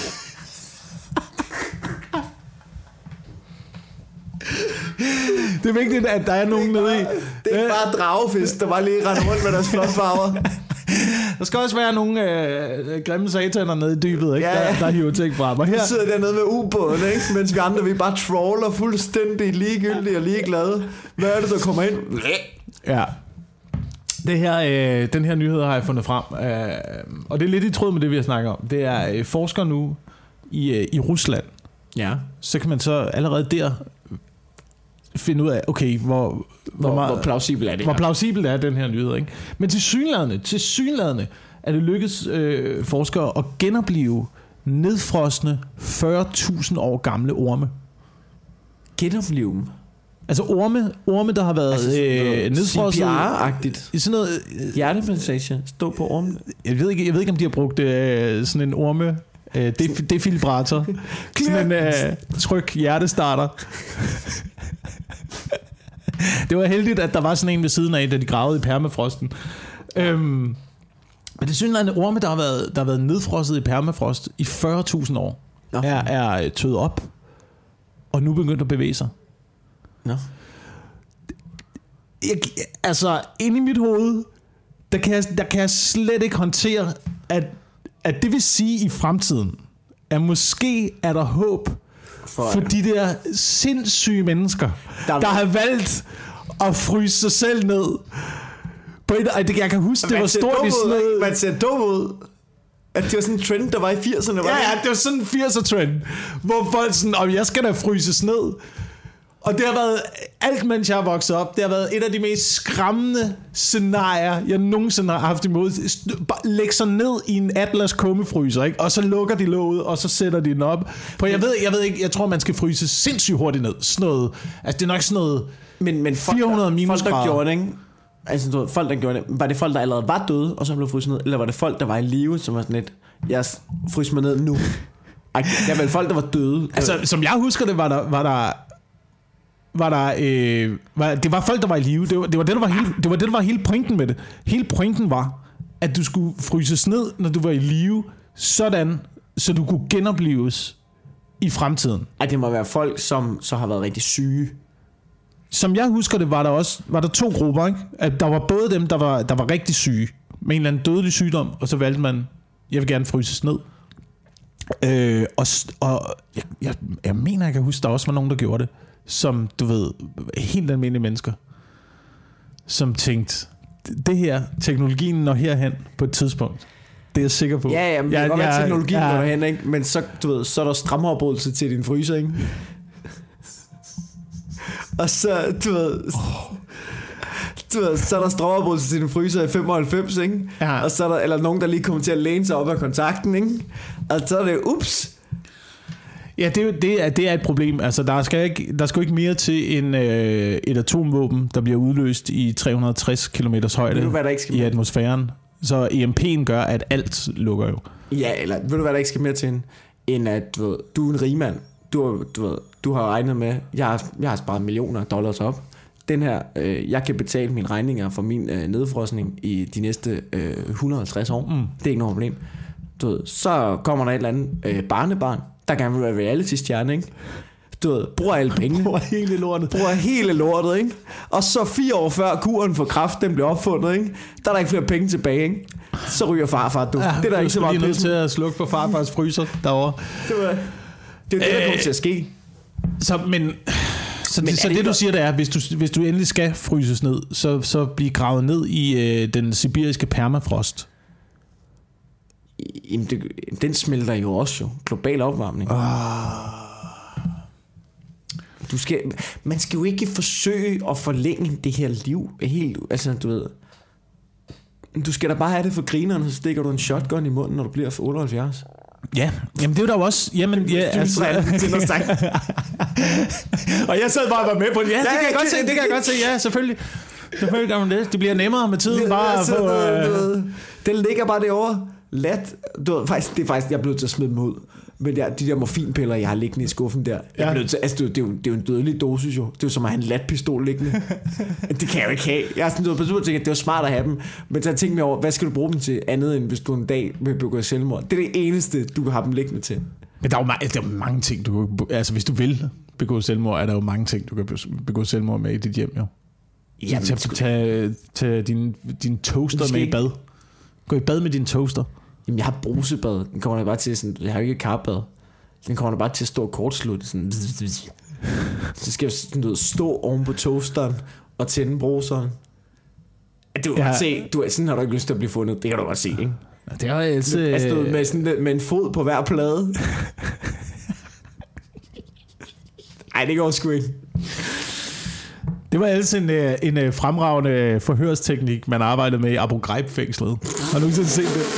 Det er vigtigt, at der er nogen nede i. det er ikke bare dragefisk, der bare lige render rundt med deres flotte farver. Der skal også være nogle øh, grimme sataner nede i dybet, ikke? Ja, ja. Der, der hiver ting fra mig. Vi Her sidder dernede med ubåden, ikke? Mens vi andre, vi bare trawler fuldstændig ligegyldige og ligeglade. Hvad er det, der kommer ind? Ja. Det her, øh, den her nyhed har jeg fundet frem, øh, og det er lidt i tråd med det, vi har snakket om. Det er øh, forskere nu i, øh, i Rusland. Ja. Så kan man så allerede der finde ud af, okay, hvor, hvor, Hvor, meget, hvor plausibelt er det hvor her? plausibelt er den her nyhed, ikke? Men til synlædende, til synlædende er det lykkedes øh, forskere at genopleve nedfrosne fyrre tusind år gamle orme. Genopleve dem? Altså orme, orme der har været Altså sådan øh, noget nedfrosset. C P R-agtigt. I sådan noget, øh, Hjertemassage. Stå på ormen. jeg ved ikke, jeg ved ikke om de har brugt øh, sådan en orme øh, def, defibrillator. Sådan en øh, tryk hjertestarter. Det var heldigt, at der var sådan en ved siden af, da de gravede i permafrosten. Øhm, men det synes jeg, at orme, der har været, der har været nedfrosset i permafrost i fyrre tusind år, Nå. er, er tøet op, og nu begyndt at bevæge sig. Nå. Jeg, altså, inde i mit hoved, der kan jeg, der kan jeg slet ikke håndtere, at, at det vil sige i fremtiden, at måske er der håb for, for de der sindssyge mennesker, der, der har valgt at fryse sig selv ned. På et, jeg kan huske, det var stort i sådan noget. Man ser dum ud. At det var sådan en trend, der var i firserne. Var Ja, det? ja, det var sådan en firser trend, hvor folk sådan, om jeg skal da fryses ned. Og det har været, alt mens jeg har vokset op, det har været et af de mest skræmmende scenarier, jeg nogensinde har haft imod. Læg sig ned i en Atlas kummefryser, ikke? Og så lukker de låget, og så sætter de den op. For jeg ved, jeg ved ikke, jeg tror, man skal fryse sindssygt hurtigt ned. Sådan noget, altså det er nok sådan noget men, men folk, fire hundrede der, folk, der minusgrader. gjorde det, ikke? Altså, du ved, folk, der gjorde det, var det folk, der allerede var døde, og så blev fryset ned? Eller var det folk, der var i live, som var sådan lidt, jeg fryser mig ned nu? Ej, det var vel folk, der var døde. Altså, som jeg husker det, var der... Var der var der øh, var, det var folk der var i live. Det var det var det der var hele det var det der var hele pointen med det. Hele pointen var at du skulle fryses ned når du var i live, sådan så du kunne genopleves i fremtiden. Ej, det må være folk som så har været rigtig syge. Som jeg husker det, var der også var der to grupper, ikke? At der var både dem der var der var rigtig syge med en eller anden dødelig sygdom, og så valgte man, jeg vil gerne fryses ned. Øh, og og jeg, jeg, jeg mener jeg kan huske der også var nogen der gjorde det. Som, du ved, helt almindelige mennesker, som tænkte, det her, teknologien når herhen på et tidspunkt. Det er jeg sikker på. Ja, ja, men det ja, kan godt være, ja, teknologien ja. når derhen, ikke? Men så, du ved, så er der strammeoverbrydelse til din fryser, ikke? Og så, du ved, oh. du ved, så er der strammeoverbrydelse til din fryser i femoghalvfems, ikke? Ja. Og så er der, eller nogen, der lige kommer til at læne sig op af kontakten, ikke? Og så er det, ups. Ja, det, er, det, er, det er et problem. Altså, der skal ikke, der skal ikke mere til en, øh, et atomvåben, der bliver udløst i tre hundrede og tres kilometers højde Ved du, hvad der ikke skal i med? atmosfæren. Så E M P'en gør, at alt lukker jo. Ja, eller ved du, hvad der ikke skal mere til, end at du, ved, du er en rigmand. Du, du, ved, du har regnet med, jeg har, jeg har sparet millioner af dollars op. Den her, øh, jeg kan betale mine regninger for min øh, nedfrosning i de næste øh, et hundrede og halvtreds år. Mm. Det er ikke noget problem. Du ved, så kommer der et eller andet øh, barnebarn, der gerne vil være reality-stjerne, ikke? Du ved, bruger alle pengene. Bruger hele lortet. Bruger hele lortet, ikke? Og så fire år før kuren for kræft, den blev opfundet, ikke? Der er der ikke flere penge tilbage, ikke? Så ryger farfar, du. Ja, det er der ikke så meget nødt til at slukke for farfars fryser derovre. Det var, det er det, der kommer til at ske. Så, men... Så, Men det, så det det du godt? siger, det er, hvis du, hvis du endelig skal fryses ned, så, så bliv gravet ned i øh, den sibiriske permafrost. Jamen, det, den smelter jo også jo. Global opvarmning. Oh. Du skal, man skal jo ikke forsøge at forlænge det her liv helt, altså du ved. Du skal da bare have det for grineren, så stikker du en shotgun i munden, når du bliver otteoghalvfjerds. Ja, jamen det er jo da også. Jamen, ja, altså, og jeg sad bare og var med på det. Ja, det kan jeg godt se, det kan jeg godt se. Ja, selvfølgelig. Selvfølgelig gør man det. Det bliver nemmere med tiden bare at få... Øh... Det Den ligger bare derovre. Lat. Du ved, faktisk, det er faktisk, jeg er blevet til at smide dem ud. Men der, de der morfinpiller, jeg har liggende i skuffen der. Jeg er blevet til, altså, det, er jo, det, er jo en dødelig dosis jo. Det er jo som at have en latpistol liggende. Det kan jeg jo ikke have. Jeg er sådan noget på at tænke, at det var smart at have dem. Men så tænker jeg over, hvad skal du bruge dem til andet, end hvis du en dag vil begå selvmord? Det er det eneste, du kan have dem liggende til. Men der er jo mange, der er mange ting, du kan... Altså, hvis du vil begå selvmord, er der jo mange ting, du kan begå selvmord med i dit hjem, jo. Jamen, tag, tag, tag din, din toaster med i bad. Gå i bad med din toaster. Jamen, jeg har brusebad. Den kommer der bare til sådan... Jeg har jo ikke karpbad. Den kommer der bare til at stå kortslut. Sådan... Så skal jeg sådan, stå oven på toasteren og tænde bruseren. Du kan ja. se... Du, sådan har du ikke lyst til at blive fundet. Det kan du godt se, ikke? Det er altså... Altså, med, sådan, med en fod på hver plade. Ej, det går sgu ikke. Det var altså en, en fremragende forhørsteknik, man arbejdede med i Abu Ghraib-fængslet. Har du nogensinde set det?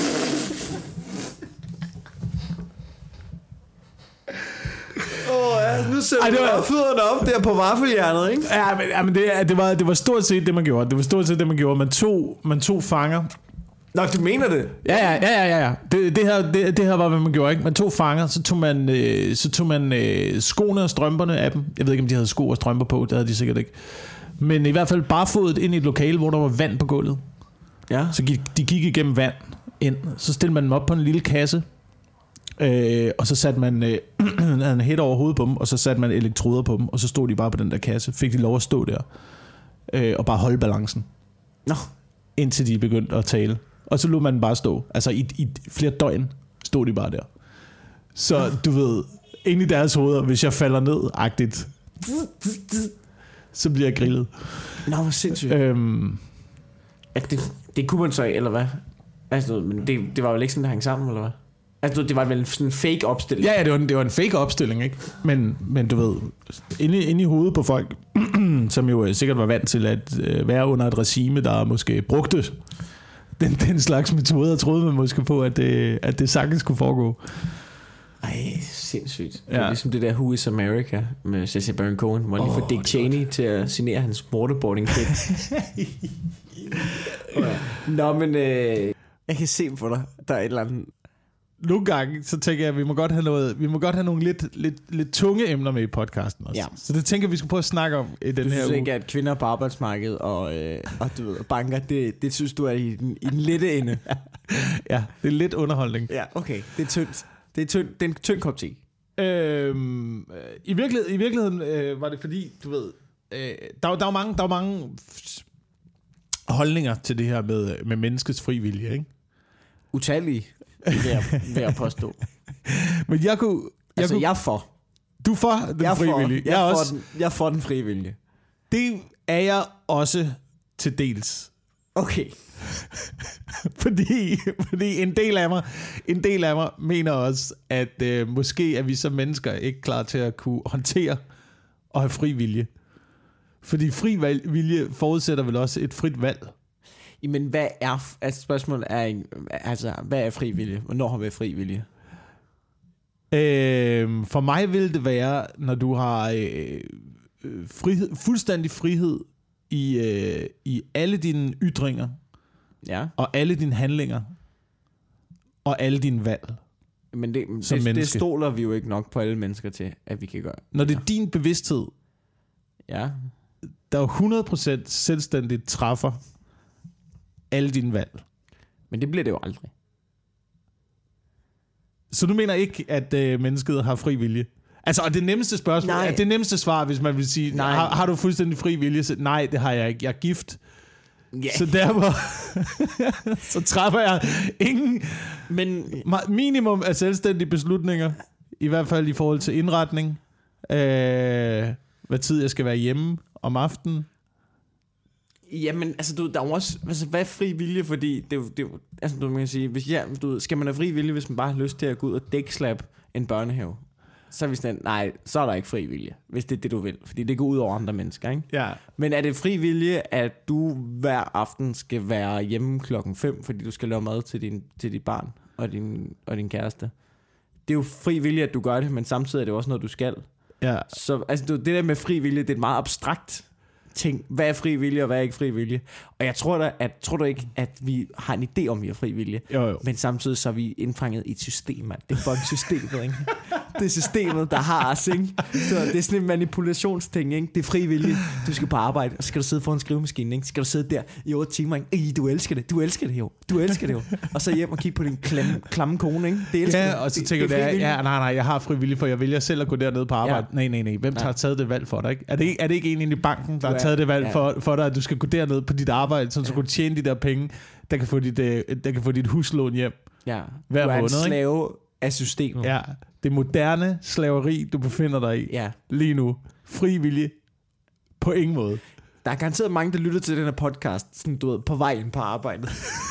Åh, oh, ja, nu sætter du var... fødderne op der på vaffeljernet, ikke? Ja, men, ja, men det, det, var, det var stort set det, man gjorde. Det var stort set det, man gjorde. Man tog, man tog fanger. Nå, du mener det? Ja, ja, ja, ja, ja. Det, det, her, det, det her var, hvad man gjorde, ikke? Man tog fanger, så tog man, øh, så tog man øh, skoene og strømperne af dem. Jeg ved ikke, om de havde sko og strømper på, det havde de sikkert ikke. Men i hvert fald barfodet ind i et lokale, hvor der var vand på gulvet. Ja. Så gik, de gik igennem vand ind. Så stillede man dem op på en lille kasse, øh, og så satte man øh, en hæt over hovedet på dem, og så satte man elektroder på dem, og så stod de bare på den der kasse. Fik de lov at stå der, øh, og bare holde balancen. Nå. Indtil de begyndte at tale. Og så lod man bare stå. Altså i, i flere døgn stod de bare der. Så du ved, inde i deres hoveder, hvis jeg falder ned-agtigt, så bliver jeg grillet. Nå, hvor sindssygt. Øhm, at det, det kunne man så, eller hvad? Altså, men det, det var jo ikke sådan, der hang sammen, eller hvad? Altså, det var vel sådan en fake opstilling? Ja, ja, det var en, det var en fake opstilling, ikke? Men, men du ved, inde, inde i hovedet på folk, som jo sikkert var vant til at øh, være under et regime, der måske brugte Den, den slags metoder troede man måske på, at det, at det sagtens kunne foregå. Ej, sindssygt. Ja. Det er ligesom det der Who is America med Sacha Baron Cohen, hvor han oh, lige får Dick Cheney til at signere hans waterboarding kit. Okay. Nå, men øh, jeg kan se på dig, der er et eller andet. Nogle gange, så tænker jeg, at vi må godt have noget, vi må godt have nogle lidt, lidt, lidt tunge emner med i podcasten også. Ja. Så det tænker jeg, vi skal prøve at snakke om i den du her uge. Du synes ikke, at kvinder på arbejdsmarkedet og, øh, og du ved, banker, det, det synes du er i den, i den lette ende? Ja, det er lidt underholdning. Ja, okay. Det er tyndt. Det er, tynd, det er en tynd kop te. Øhm, i, virkelighed, I virkeligheden øh, var det fordi, du ved, øh, der, der, er mange, der er mange holdninger til det her med, med menneskets fri vilje, ikke? Utallige. Vil jeg, vil jeg påstå. Men jeg kunne... Jeg altså, kunne, jeg er for. Du er for den jeg frivillige. Jeg, jeg, er også, den, jeg er for den frivillige. Det er jeg også til dels. Okay. fordi, fordi en del af mig, en del af mig mener også, at øh, måske er vi som mennesker ikke klar til at kunne håndtere og have fri vilje. Fordi fri vilje forudsætter vel også et frit valg. Men hvad er, altså spørgsmålet er, altså, hvad er frivillige? Hvornår har vi frivillige? Øh, for mig vil det være, når du har øh, frihed, fuldstændig frihed i, øh, i alle dine ytringer, ja, og alle dine handlinger, og alle dine valg. Men det, det, det stoler vi jo ikke nok på alle mennesker til, at vi kan gøre. Når det er din bevidsthed, ja, der er hundrede procent selvstændigt træffer alle dine valg. Men det bliver det jo aldrig. Så du mener ikke, at øh, mennesket har fri vilje? Altså, og det nemmeste spørgsmål, er det nemmeste svar, hvis man vil sige, har, har du fuldstændig fri vilje? Så, nej, det har jeg ikke. Jeg er gift. Yeah. Så derfor så træffer jeg ingen Men, minimum af selvstændige beslutninger, i hvert fald i forhold til indretning, øh, hvad tid jeg skal være hjemme om aftenen. Jamen, altså, du, der er også, altså, hvad er fri vilje, fordi det, det, altså, du kan sige, hvis, ja, du, skal man have fri vilje, hvis man bare har lyst til at gå ud og dækslap en børnehave, så er vi sådan, nej, så er der ikke fri vilje, hvis det er det, du vil, fordi det går ud over andre mennesker, ikke? Ja. Men er det fri vilje, at du hver aften skal være hjemme klokken fem, fordi du skal lave mad til din, til dit barn og din, og din kæreste? Det er jo fri vilje, at du gør det, men samtidig er det også noget, du skal. Ja. Så altså, det der med fri vilje, det er et meget abstrakt ting. Hvad er fri vilje, og hvad er ikke fri vilje? Og jeg tror da, at, tror du ikke, at vi har en idé om, at vi har fri vilje? Jo, jo. Men samtidig så er vi indfanget i et system, mand. Det er fucking systemet, ikke? Det er systemet, der har os, ikke? Så det er sådan en manipulationsting, ikke? Det er fri vilje. Du skal på arbejde, og så skal du sidde foran en skrivemaskine, ikke? Så skal du sidde der i otte timer, ikke? Ej, du elsker det, du elsker det jo. Du elsker det jo. Og så hjem og kigge på din klamme, klamme kone, ikke? Det elsker Ja, det. og så det, tænker du, det er ja, nej, nej, jeg har frivillig, for jeg vælger selv at gå derned på arbejde. Ja. Nej, nej, nej. Hvem Nej. har taget det valg for dig, ikke? Er det ikke, er det ikke en i banken, der Du har taget det valg ja. for, for dig, at du skal gå derned på dit arbejde, så du kan tjene de der penge, der kan få dit, øh, der kan få dit huslån hjem Ja. hver Du er måned, en ikke? slave af systemet. Ja, det moderne slaveri, du befinder dig i Ja. lige nu. Frivillig på ingen måde. Der er garanteret mange, der lytter til den her podcast, sådan du ved, på vejen på arbejdet.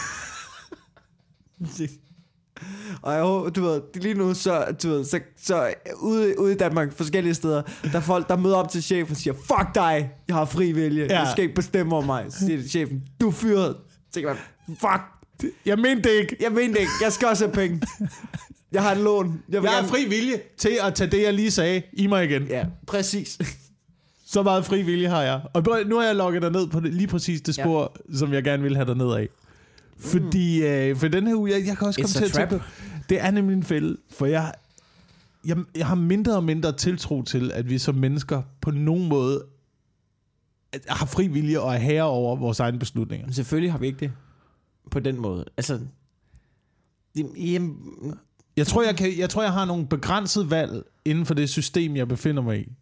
Og jeg håber, du ved, lige nu, så, du ved, så, så ude, ude i Danmark, forskellige steder, der er folk, der møder op til chefen og siger, fuck dig, jeg har fri vilje, Ja. du skal ikke bestemme over mig. Så siger chefen, du er fyret. Så tænker man, fuck, Jeg mente det ikke. jeg mener det ikke, jeg skal også have penge. Jeg har en lån. Jeg, vil Jeg har gerne- fri vilje til at tage det, jeg lige sagde, i mig igen. Ja, præcis. Så meget fri vilje har jeg. Og nu har jeg logget dig ned på det, lige præcis det spor, ja. som jeg gerne vil have dig ned af. Fordi øh, for den her uge, jeg, jeg kan også It's komme til a at tænke på, det er nemlig en fælde, for jeg, jeg, jeg har mindre og mindre tiltro til, at vi som mennesker på nogen måde har fri vilje og er herre over vores egne beslutninger. Men selvfølgelig har vi ikke det på den måde. Altså, jamen, Jeg tror, jeg, kan, jeg tror, jeg har nogle begrænsede valg inden for det system, jeg befinder mig i.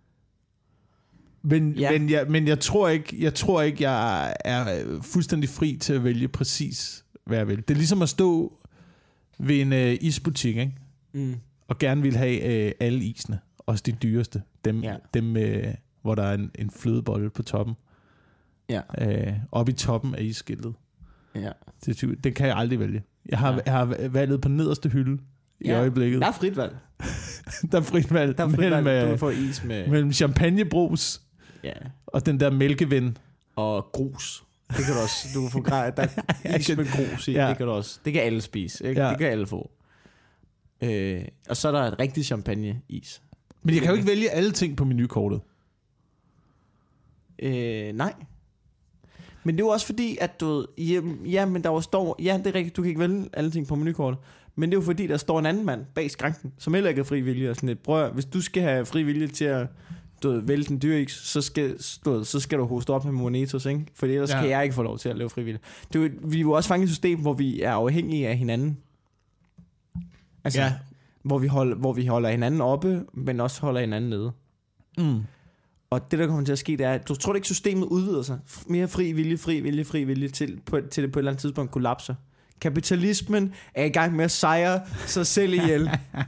Men, Ja. ja. men, jeg, men jeg tror ikke, jeg tror ikke, jeg er fuldstændig fri til at vælge præcis, hvad jeg vil. Det er ligesom at stå ved en øh, isbutik, ikke? mm, Og gerne vil have øh, alle isene, også de dyreste. Dem, Ja. ja. dem øh, hvor der er en, en flødebolle på toppen. ja, Øh, oppe i toppen af isskiltet. ja. Det, ty- det kan jeg aldrig vælge. Jeg har, Ja. jeg har valget på nederste hylde i Ja. øjeblikket. Der er frit valg. Der er frit valg, Der er frit mellem, valg. Du øh, kan få is med... mellem champagnebrus Ja. og den der mælkeven. Og grus. Det kan du også. Du kan få grej. Der er is kan- med grus i. Ja. Det kan du også. Det kan alle spise. Ikke? Ja. Det kan alle få. Øh, og så er der et rigtigt champagne-is. Men jeg kan jo ikke vælge alle ting på menukortet. Øh, nej. Men det er jo også fordi, at du ved, ja, ja, men der jo står, ja, det er rigtigt, du kan ikke vælge alle ting på menukortet, men det er jo fordi, der står en anden mand bag skranken, som heller ikke er fri vilje, og sådan et, prøv at, hvis du skal have fri vilje til at, du ved, vælge den dyre X, så skal, du ved, så skal du hoste op med monetos, ikke? For ellers ja. Ja. kan jeg ikke få lov til at lave fri vilje. Det er jo, vi er jo også fanget i et system, hvor vi er afhængige af hinanden. Altså, Ja. hvor, vi holder, hvor vi holder hinanden oppe, men også holder hinanden nede. Mm. Og det, der kommer til at ske, det er, at du tror ikke, systemet udvider sig. Mere fri vilje, fri vilje, fri vilje, til, på, til det på et eller andet tidspunkt kollapser. Kapitalismen er i gang med at sejre sig selv ihjel.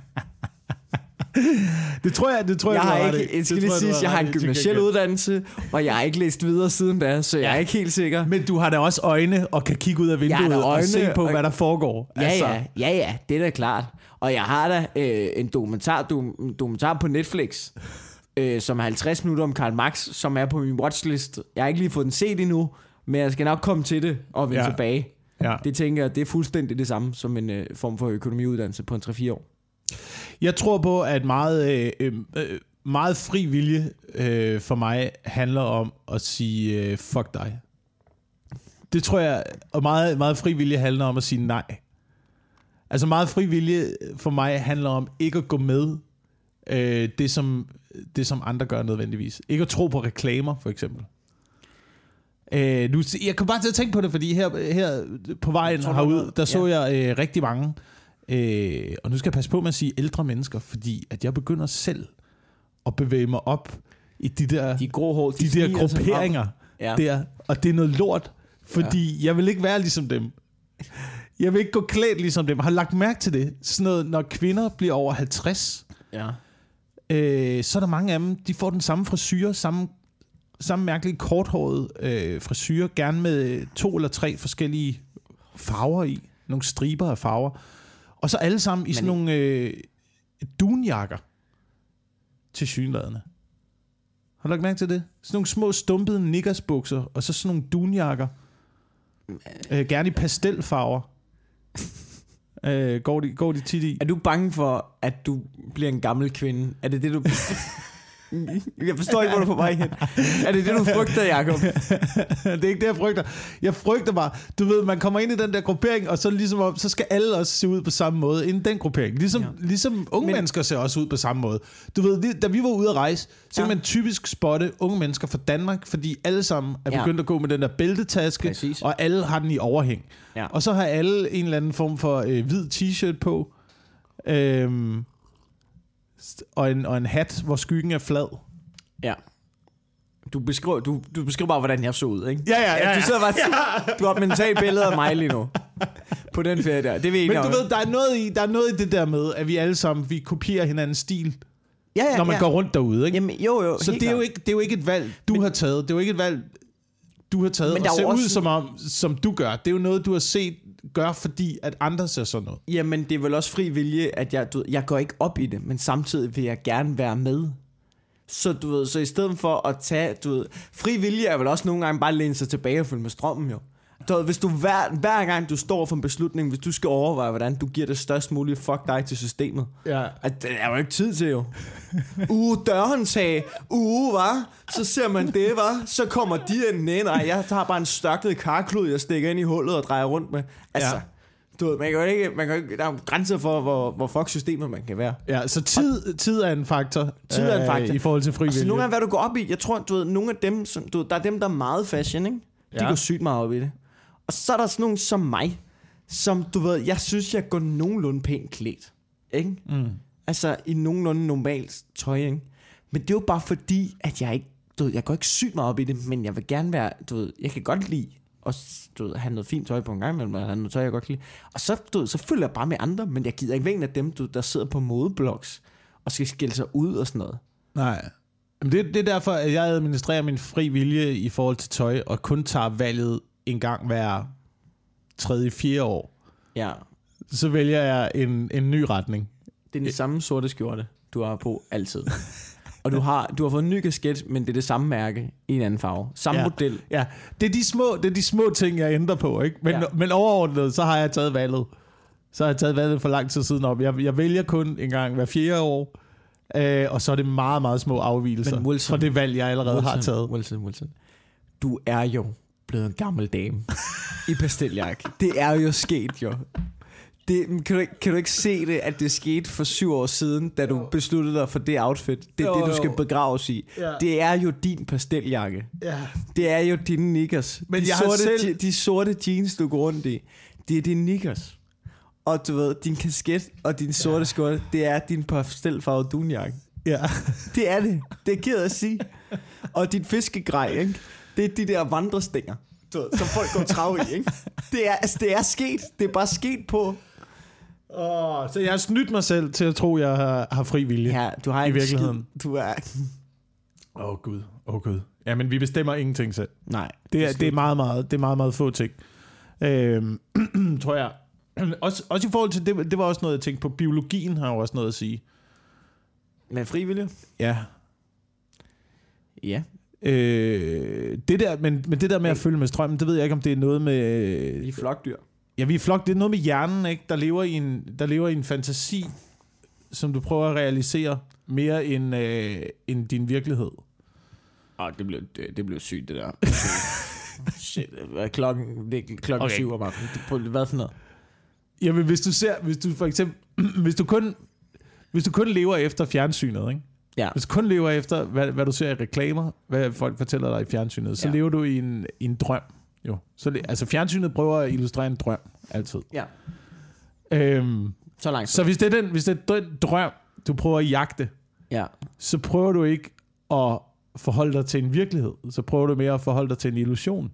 Det tror jeg, det tror jeg, Jeg du har ret i. ikke, jeg skal Det lige tror sige, du har jeg har ret en i, til gymnasiel gengæld. uddannelse, og jeg har ikke læst videre siden da, så jeg er ikke helt sikker. Men du har da også øjne og kan kigge ud af Jeg har vinduet da og øjne, se på, og- hvad der foregår. Ja, ja, ja, ja, det er da klart. Og jeg har da øh, en dokumentar, dum, dokumentar på Netflix, øh, som er halvtreds minutter om Karl Marx, som er på min watchlist. Jeg har ikke lige fået den set endnu, men jeg skal nok komme til det og vende Ja. tilbage. Ja. Det tænker jeg, det er fuldstændig det samme som en øh, form for økonomiuddannelse på en tre fire år. Jeg tror på, at meget, øh, øh, meget fri vilje øh, for mig handler om at sige øh, fuck dig. Det tror jeg, og meget, meget fri vilje handler om at sige nej. Altså meget fri vilje for mig handler om ikke at gå med øh, det, som, det, som andre gør nødvendigvis. Ikke at tro på reklamer, for eksempel. Øh, nu, jeg kom bare til at tænke på det, fordi her, her på vejen Tror du herud, noget? der så Ja. jeg øh, rigtig mange, øh, og nu skal jeg passe på med at sige ældre mennesker, fordi at jeg begynder selv at bevæge mig op i de der, De grå hår, de, de der sniger sig grupperinger op. Ja. der, og det er noget lort, fordi ja. jeg vil ikke være ligesom dem. Jeg vil ikke gå klædt ligesom dem. Jeg har lagt mærke til det. Sådan noget, når kvinder bliver over halvtreds, Ja. øh, så er der mange af dem, de får den samme frisyre, samme, samme mærkelige korthårede øh, frisyre, gerne med to eller tre forskellige farver i. Nogle striber af farver. Og så alle sammen i sådan Men- nogle øh, dunjakker til synladende. Har du lagt mærke til det? Sådan nogle små stumpede nikkersbukser, og så sådan nogle dunjakker. Øh, gerne i pastelfarver. øh, går, de, går de tit i? Er du bange for, at du bliver en gammel kvinde? Er det det, du... Jeg forstår ikke, hvor du er på vej hen. Er det det, du frygter, Jacob? Det er ikke det, jeg frygter. Jeg frygter bare, du ved, man kommer ind i den der gruppering, og så, ligesom, så skal alle også se ud på samme måde inden den gruppering. Ligesom, ja. ligesom unge Men... mennesker ser også ud på samme måde. Du ved, da vi var ude at rejse, så kan ja. man typisk spotte unge mennesker fra Danmark, fordi alle sammen er begyndt ja. at gå med den der bæltetaske, Præcis. og alle har den i overhæng. Ja. Og så har alle en eller anden form for øh, hvid t-shirt på, øhm, og, en, og en hat, hvor skyggen er flad. Ja. Du beskriver, du, du beskriver bare, hvordan jeg så ud, ikke? Ja, ja, ja. ja. Du sidder bare, ja. Du har et mentalt billede af mig lige nu. På den ferie der. Det ved Men du ved, der er, noget i, der er noget i det der med, at vi alle sammen, vi kopierer hinandens stil, ja, ja, når man ja. går rundt derude, ikke? Jamen, jo, jo. Så det er jo, ikke, det er jo ikke et valg, du men, har taget. Det er jo ikke et valg, du har taget og ser ud som, om, som du gør. Det er jo noget, du har set gør, fordi at andre ser sådan noget. Jamen, det er vel også fri vilje, at jeg, du, jeg går ikke op i det, men samtidig vil jeg gerne være med. Så du ved, så i stedet for at tage, du ved, fri vilje er vel også nogle gange bare at læne sig tilbage og følge med strømmen jo. Du ved, hvis du hver, hver gang du står for en beslutning, hvis du skal overveje, hvordan du giver det størst mulige fuck dig til systemet, ja. at det er jo ikke tid til jo. Uh, dørhåndtag, uh, hva? Så ser man det, hva? Så kommer de ind, nej, nej, jeg tager bare en størknet karklud, jeg stikker ind i hullet og drejer rundt med. Altså, ja. Du ved, man kan jo ikke, man kan jo ikke, der er jo grænser for, hvor, hvor fuck systemet man kan være. Ja, så tid, tid er en faktor. Tid er en faktor. Øh, i forhold til frivillige. Altså nogle gange, hvad du går op i, jeg tror, du ved, nogle af dem, som, du ved, der er dem, der er meget fashion, ikke? De ja. går sygt meget op i det. Og så er der sådan nogen som mig, som du ved, jeg synes, jeg går nogenlunde pænt klædt. Ikke? Mm. Altså i nogenlunde normalt tøj, ikke? Men det er jo bare fordi, at jeg ikke, du ved, jeg går ikke sygt meget op i det, men jeg vil gerne være, du ved, jeg kan godt lide og du ved, have noget fint tøj på en gang imellem, eller have noget tøj, jeg godt kan lide. Og så, du ved, så følger jeg bare med andre, men jeg gider ikke være en af dem, du, der sidder på modeblogs og skal skille sig ud og sådan noget. Nej. Men det, det er derfor, at jeg administrerer min fri vilje i forhold til tøj, og kun tager valget en gang hver tredje, fjerde år. Ja. Så vælger jeg en, en ny retning. Det er den samme sorte skjorte, du har på altid. Og du har, du har fået en ny kasket, men det er det samme mærke i en anden farve. Samme ja. model. Ja, det er, de små, det er de små ting, jeg ændrer på, ikke? Men, ja. men overordnet, så har jeg taget valget. Så har jeg taget valget for lang tid siden op. Jeg, jeg vælger kun en gang hver fjerde år, øh, og så er det meget, meget små afvigelser Wilson, fra det valg, jeg allerede Wilson, har taget. Wilson, Wilson. Du er jo blevet en gammel dame i pasteljak. Det er jo sket, jo. Det, kan, du ikke, kan du ikke se det, at det skete for syv år siden, da du besluttede dig for det outfit? Det er jo, det, du skal begraves i. Ja. Det er jo din pastelljakke. Ja. Det er jo dine knickers. Men de, jeg sorte, selv... de sorte jeans, du går rundt i, det er dine knickers. Og du ved, din kasket og din sorte ja. skjorte, det er din pastelfarvede dunjakke. Ja. Det er det. Det er ked at sige. Og dit fiskegrej, ikke? Det er de der vandrestænger, som folk går trav i, ikke? Det er, altså, det er sket. Det er bare sket på... Oh, så jeg har snydt mig selv til at tro, at jeg har, har fri vilje. Ja, du har i virkeligheden. Skid. Du er... Åh oh, gud, åh oh, gud. Ja, men vi bestemmer ingenting selv. Nej. Det er, det er, meget, meget, det er meget, meget få ting. Øhm, tror jeg. Også, også i forhold til, det, det var også noget, jeg tænkte på. Biologien har jo også noget at sige. Med frivillige? Ja. Ja. Øh, det der, men, men det der med at følge med strømmen, det ved jeg ikke, om det er noget med... I flokdyr. Ja, vi er flok. Det er noget med hjernen, ikke? Der lever i en, der lever i en fantasi, som du prøver at realisere mere end, øh, end din virkelighed. Åh, det blev, det, det blev sygt, det der. Shit, klokken, det er klokken okay. syv om aftenen. Hvad for noget? Jamen, hvis du ser, hvis du for eksempel, hvis du kun, hvis du kun lever efter fjernsynet, ikke? Ja. Hvis du kun lever efter, hvad, hvad du ser i reklamer, hvad folk fortæller dig i fjernsynet, så ja. lever du i en, i en drøm. Jo. Så, altså fjernsynet prøver at illustrere en drøm, altid. Ja. Øhm, så langt. Så hvis det, er den, hvis det er den drøm, du prøver at jagte, ja. så prøver du ikke at forholde dig til en virkelighed. Så prøver du mere at forholde dig til en illusion.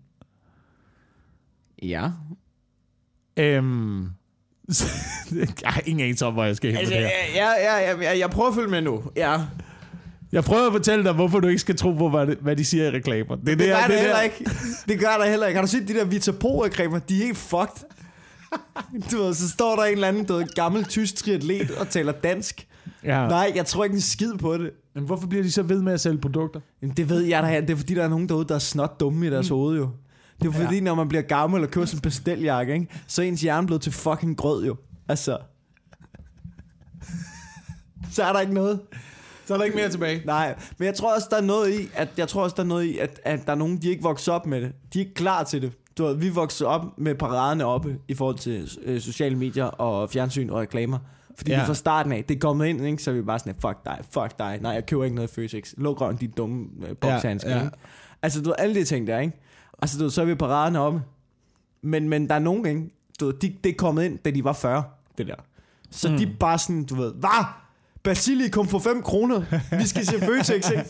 Ja. Øhm, jeg har ingen anelse om, hvor jeg skal hen altså, med det her. Ja, ja, ja, ja, jeg prøver at følge med nu. Ja. Jeg prøver at fortælle dig, hvorfor du ikke skal tro på, hvad, hvad de siger i reklamer. Det, det, det gør er, der det heller der. ikke. Det gør der heller ikke. Har du set de der Vitapro-reklamer? De er helt fucked. Du ved, så står der en eller anden, du ved, gammel tysk triatlet og taler dansk. Ja. Nej, jeg tror ikke en skid på det. Men hvorfor bliver de så ved med at sælge produkter? Jamen, det ved jeg da. Det er fordi, der er nogen derude, der er snot dumme i deres mm. hoved, jo. Det er fordi, ja. når man bliver gammel og køber sådan en pastelljakke, ikke, så er ens hjerne blevet til fucking grød, jo. Altså. Så er der ikke noget. Så er der ikke mere tilbage. Nej, men jeg tror også, der er noget i, at, jeg tror også, der er noget i, at, at der er nogen, de ikke vokser op med det. De er ikke klar til det. Du ved, vi voksede op med paraderne oppe i forhold til øh, sociale medier og fjernsyn og reklamer. Fordi ja. vi fra starten af, det er kommet ind, ikke? Så er vi bare sådan, fuck dig, fuck dig. Nej, jeg køber ikke noget Føtex. Luk røven, de dumme øh, bokshandsker. Ja, ja. Altså, du ved, alle de ting der, ikke? Altså, du ved, så er vi paraderne oppe. Men, men der er nogen, ikke? Du ved, de, det er kommet ind, da de var fyrre, det der. Så mm. de er bare sådan, du ved, hvad? Basilikum for fem kroner. Vi skal se Føtex, ikke?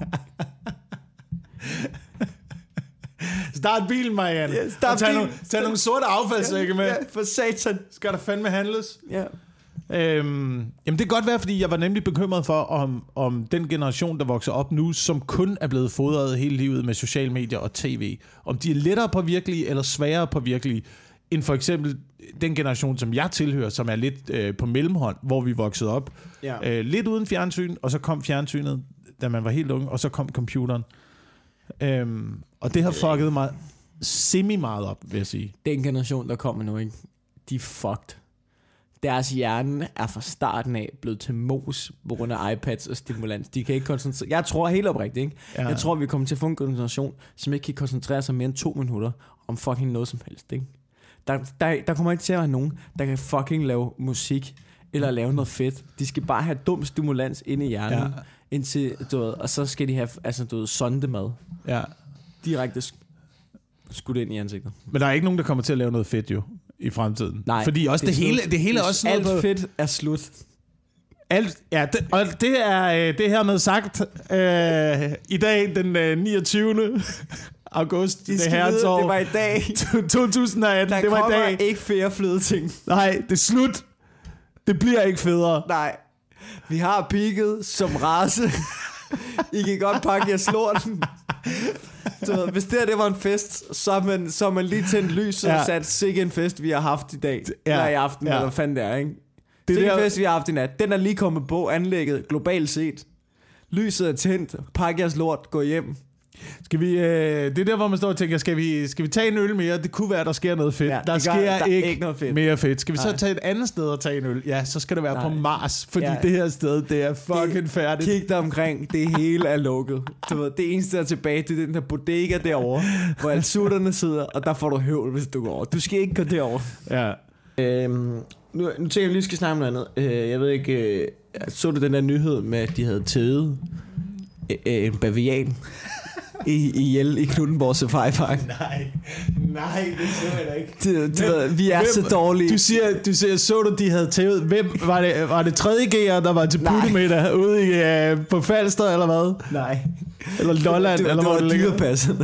Start bilen, Marianne. Ja, start tag, nogle, tag nogle sorte affaldssække med. Ja, for satan. Skal der fandme handles? Ja. Øhm, jamen det kan godt være, fordi jeg var nemlig bekymret for, om, om den generation, der vokser op nu, som kun er blevet fodret hele livet med sociale medier og tv, om de er lettere påvirkelige eller sværere påvirkelige, end for eksempel den generation, som jeg tilhører, som er lidt øh, på mellemhånd, hvor vi voksede op. Ja. Øh, lidt uden fjernsyn, og så kom fjernsynet, da man var helt ung, og så kom computeren. Øhm, og det har fucket mig semi meget op, vil jeg sige. Den generation, der kommer nu, ikke? De er fucked. Deres hjerne er fra starten af blevet til mos på grund af iPads og stimulans. De kan ikke koncentrere. Jeg tror helt oprigtigt, ikke? Ja. Jeg tror, vi kommer til at få en generation, som ikke kan koncentrere sig mere end to minutter om fucking noget som helst, ikke? Der, der, der kommer ikke til at være nogen, der kan fucking lave musik eller lave noget fedt. De skal bare have dum stimulans inde i hjernen, ja. Indtil, du ved, og så skal de have, altså, du ved, sondemad. Ja. Direkte skudt ind i ansigtet. Men der er ikke nogen, der kommer til at lave noget fedt, jo, i fremtiden. Nej. Fordi også det, det hele, det hele er også alt noget fedt er slut. Alt, ja, det, og det er det her med sagt øh, i dag, den øh, niogtyvende august, de det her år. Det var i dag. to tusind atten, der det var i dag. Der kommer ikke flere fløde ting. Nej, det er slut. Det bliver ikke federe. Nej. Vi har peaket som race. I kan godt pakke jeres lort. Så hvis det her det var en fest, så er man, så er man lige tændt lyset ja. Og sat sikke en fest, vi har haft i dag. Ja. Eller i aften, ja. Eller hvad fanden det er, ikke? Det er en fest, vi har haft i nat. Den er lige kommet på anlægget globalt set. Lyset er tændt. Pak jeres lort. Gå hjem. Skal vi, øh, det er der, hvor man står og tænker, skal vi, skal vi tage en øl mere? Det kunne være, der sker noget fedt. Ja, der sker der ikke, ikke noget fedt. Mere fedt. Skal vi så Nej. tage et andet sted og tage en øl? Ja, så skal det være Nej. på Mars, fordi ja. Det her sted, det er fucking det, færdigt. Kig dig omkring, det hele er lukket. Du ved, det eneste, der er tilbage, det er den der bodega derovre, hvor alle sutterne sidder, og der får du høvl, hvis du går over. Du skal ikke gå derover. Ja. Øhm, nu, nu tænker jeg, vi lige skal snakke om noget andet. Øh, jeg ved ikke, øh, så du den der nyhed med, at de havde tædet øh, en bavian i ihjel i Knuthenborg Safari Park? Nej, nej, det så jeg da ikke. Det, du ved, vi er hvem, så dårlige. Du siger, du siger, så du, de havde tævet. Hvem var det? Var det tredje G'er, der var til puttemiddag ude i, uh, på Falster, eller hvad? Nej. Eller Lolland, det, det, eller hvor det var dyrepasserne.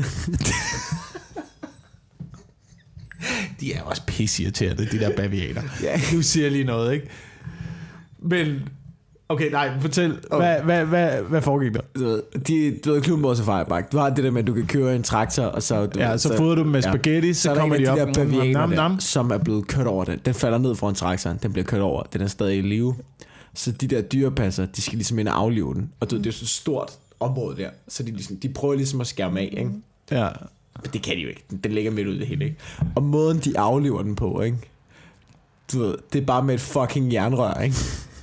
De er også pisseirriterende, de der bavianer. Ja. Du siger lige noget, ikke? Men... Okay, nej, fortæl. Okay. Hvad, hvad, hvad, hvad foregik der? Du ved, de, du ved, Knuthenborg Safari Park. Du har det der med, at du kan køre en traktor, og så... Du, ja, så, så fodrer du dem med spaghetti, ja. Så, så kommer de op. Så er der en af de der bavianer nam, nam. Der, som er blevet kørt over det. Den falder ned foran traktoren, den bliver kørt over. Den er stadig i live. Så de der dyrepasser, de skal ligesom ind og aflive den. Og du, det er så et stort område der. Så de, ligesom, de prøver ligesom at skærme af, ikke? Ja. Men det kan de jo ikke. Den ligger midt ud det hele, ikke? Og måden, de aflever den på, ikke? Du ved, det er bare med et fucking jernrør, ikke?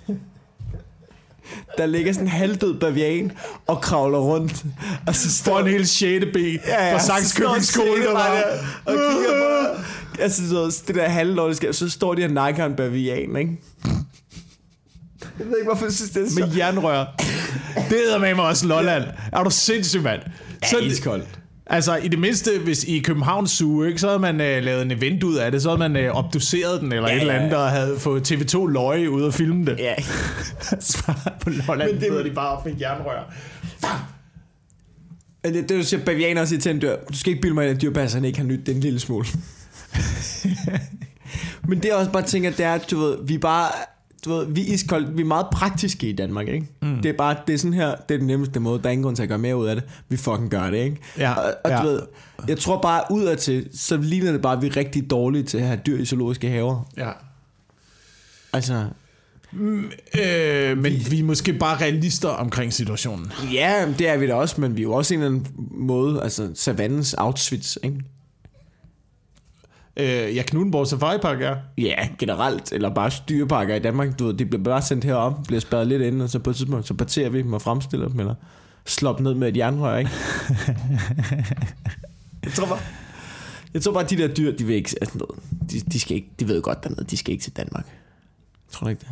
Der ligger sådan en halvdød bavian og kravler rundt. Og så står en hel sjette B ja, ja, fra Saxkøbing skole, der var og kigger på. Altså så, det der halvdød, skal, så står de og nakker en bavian, ikke? Jeg ved ikke, hvorfor jeg synes, det er så... Med jernrør. Det hedder med mig også Lolland. Er du sindssyg, mand? Så ja, iskoldt. Altså i det mindste, hvis i Københavns Zoo, ikke, så havde man øh, lavet en event ud af det, så havde man øh, obduceret den, eller ja, et eller andet, der havde fået T V to løje ud og filme det. Ja. På Lolland det hedder de bare op med jernrør. Men det, det du siger, bavianer også til en dør. Du skal ikke bilde mig, at dyrpasserne ikke har nyt den lille smule. Men det er også bare tænker, det er, du ved, vi bare... Du ved, vi er iskoldt, vi er meget praktiske i Danmark, ikke? Mm. Det er bare, det er sådan her, det er den nemmeste måde, der er ingen grund til at gøre mere ud af det. Vi fucking gør det, ikke? Ja, og, og ja. Du ved, jeg tror bare udadtil, så ligner det bare, at vi er rigtig dårlige til at have dyr i zoologiske haver. Ja. Altså... Mm, øh, men vi, vi er måske bare realister omkring situationen. Ja, det er vi da også, men vi er jo også en eller anden måde, altså savannens Auschwitz, ikke? Øh, ja, Knuthenborg Safari Park, ja. Ja, generelt, eller bare dyreparker i Danmark, du ved, de bliver bare sendt herom, bliver spærret lidt ind, og så på et tidspunkt, så parterer vi dem og fremstiller dem, eller slår dem ned med et jernrør, ikke? jeg tror bare, jeg tror bare, de der dyr, de vil ikke, altså noget, de, de skal ikke, de ved godt dernede, de skal ikke til Danmark. Tror du ikke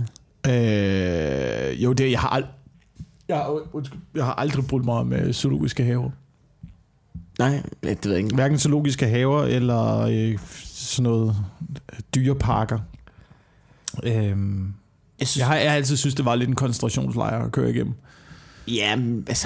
det? Øh, jo, det jeg har aldrig, jeg har, jeg har aldrig brugt mig med zoologiske haver. Nej, det ved jeg ikke. Hverken zoologiske haver eller øh, sådan noget dyreparker. Øhm, jeg, synes, jeg har jeg altid synes det var lidt en koncentrationslejr at køre igennem. Ja, altså,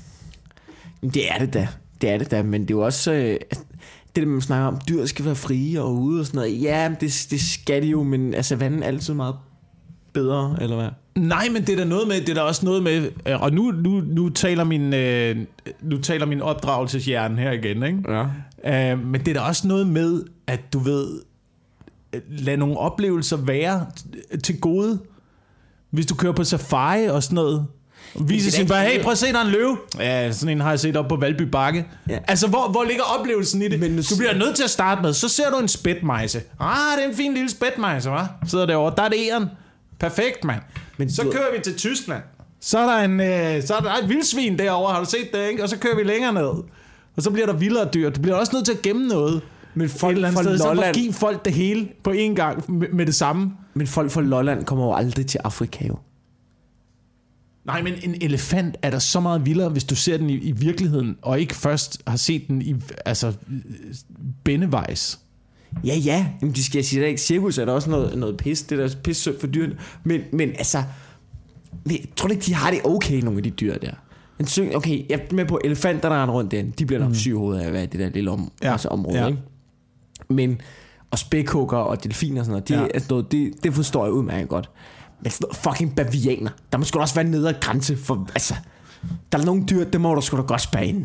det er det da. Det er det da, men det er jo også øh, det, man snakker om, dyr skal være frie og ude og sådan noget. Ja, det, det skal de jo, men altså, vandet er altid meget bedre, eller hvad? Nej, men det er der noget med, det er der også noget med, og nu, nu, nu taler min øh, nu taler min opdragelseshjerne her igen, ikke? Ja. Øh, men det er der også noget med, at du ved, lad nogle oplevelser være til gode. Hvis du kører på safari og sådan noget, viser sin bare, hey, prøv at se, der er en løve. Ja, sådan en har jeg set op på Valby Bakke. Ja. Altså, hvor, hvor ligger oplevelsen i det? Men du bliver nødt til at starte med, så ser du en spætmejse. Ah, det er en fin lille spætmejse, hva'? Sidder derovre, der er det æren. Perfekt, mand. Men så du... kører vi til Tyskland. Så er der en, øh, så er der et vildsvin derovre, har du set det, ikke? Og så kører vi længere ned. Og så bliver der vildere dyr. Du bliver også nødt til at gemme noget. Men folk et eller andet sted, så for at give folk det hele på én gang med, med det samme. Men folk fra Lolland kommer jo aldrig til Afrika, jo. Nej, men en elefant er der så meget vildere, hvis du ser den i, i virkeligheden, og ikke først har set den i, altså, bændevejs. Ja, ja. Jamen, de skal sige, at ikke cirkus er der også noget, noget pis. Det er der pis sødt for dyrene. Men, men altså, jeg tror ikke, de har det okay, nogle af de dyr der. Okay, jeg er med på elefanter, der er rundt derinde. De bliver nok mm. syge hoveder af at være i det der lille om, ja. altså område, ja. Ikke? Men, og spækhugger og delfiner og sådan noget, de, ja. altså noget, det, det forstår jeg udmærket godt. Men sådan noget fucking bavianer, der må sgu da også være en nedre grænse for, altså, der er nogle dyr, det må du sgu da godt spære ind.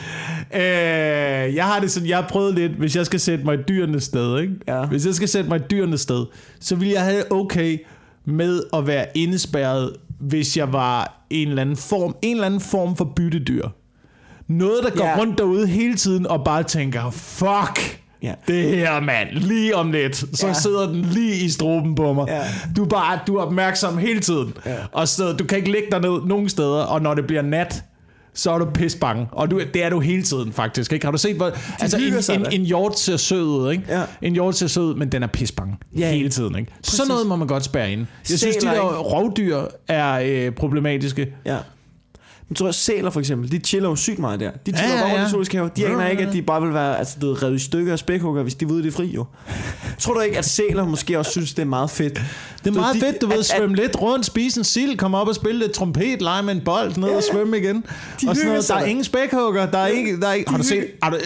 Øh, jeg har det sådan, jeg har prøvet lidt, hvis jeg skal sætte mig i dyrenes sted, ikke? Ja. Hvis jeg skal sætte mig i dyrenes sted, så vil jeg have okay med at være indespærret, hvis jeg var en eller anden form, en eller anden form for byttedyr. Noget, der går ja. rundt derude hele tiden og bare tænker, fuck, ja. det her mand, lige om lidt, så ja. sidder den lige i struben på mig. Ja. Du er bare, du er opmærksom hele tiden, ja. og så, du kan ikke lægge dig ned nogen steder, og når det bliver nat, så er du pisbange. Og du, det er du hele tiden, faktisk. Ikke? Har du set, hvor... Altså, en, en, en hjort ser sød ud, ikke? Ja. En hjort ser sød ud, men den er pisbange. Ja, hele tiden, ikke? Præcis. Sådan noget må man godt spærre ind. Jeg Sæler, synes, de der rovdyr er øh, problematiske. Ja. Men tror jeg, sæler for eksempel, de chiller jo sygt meget der. De chiller ja, bare ja. rundt i zoologisk have. De aner ikke, at de bare vil være altså, du ved, revet i stykker af spækhugger, hvis de er ude i det fri, jo. Tror du ikke, at sæler måske også synes, det er meget fedt? Det er meget de, fedt, du ved, at, svømme at, lidt rundt, spise en sild, komme op og spille lidt trompet, lege med en bold, ned ja, og svømme igen. De og sådan noget. Der er ingen spækhugger, der er ja, ikke... Der er ikke har, du set, har, du,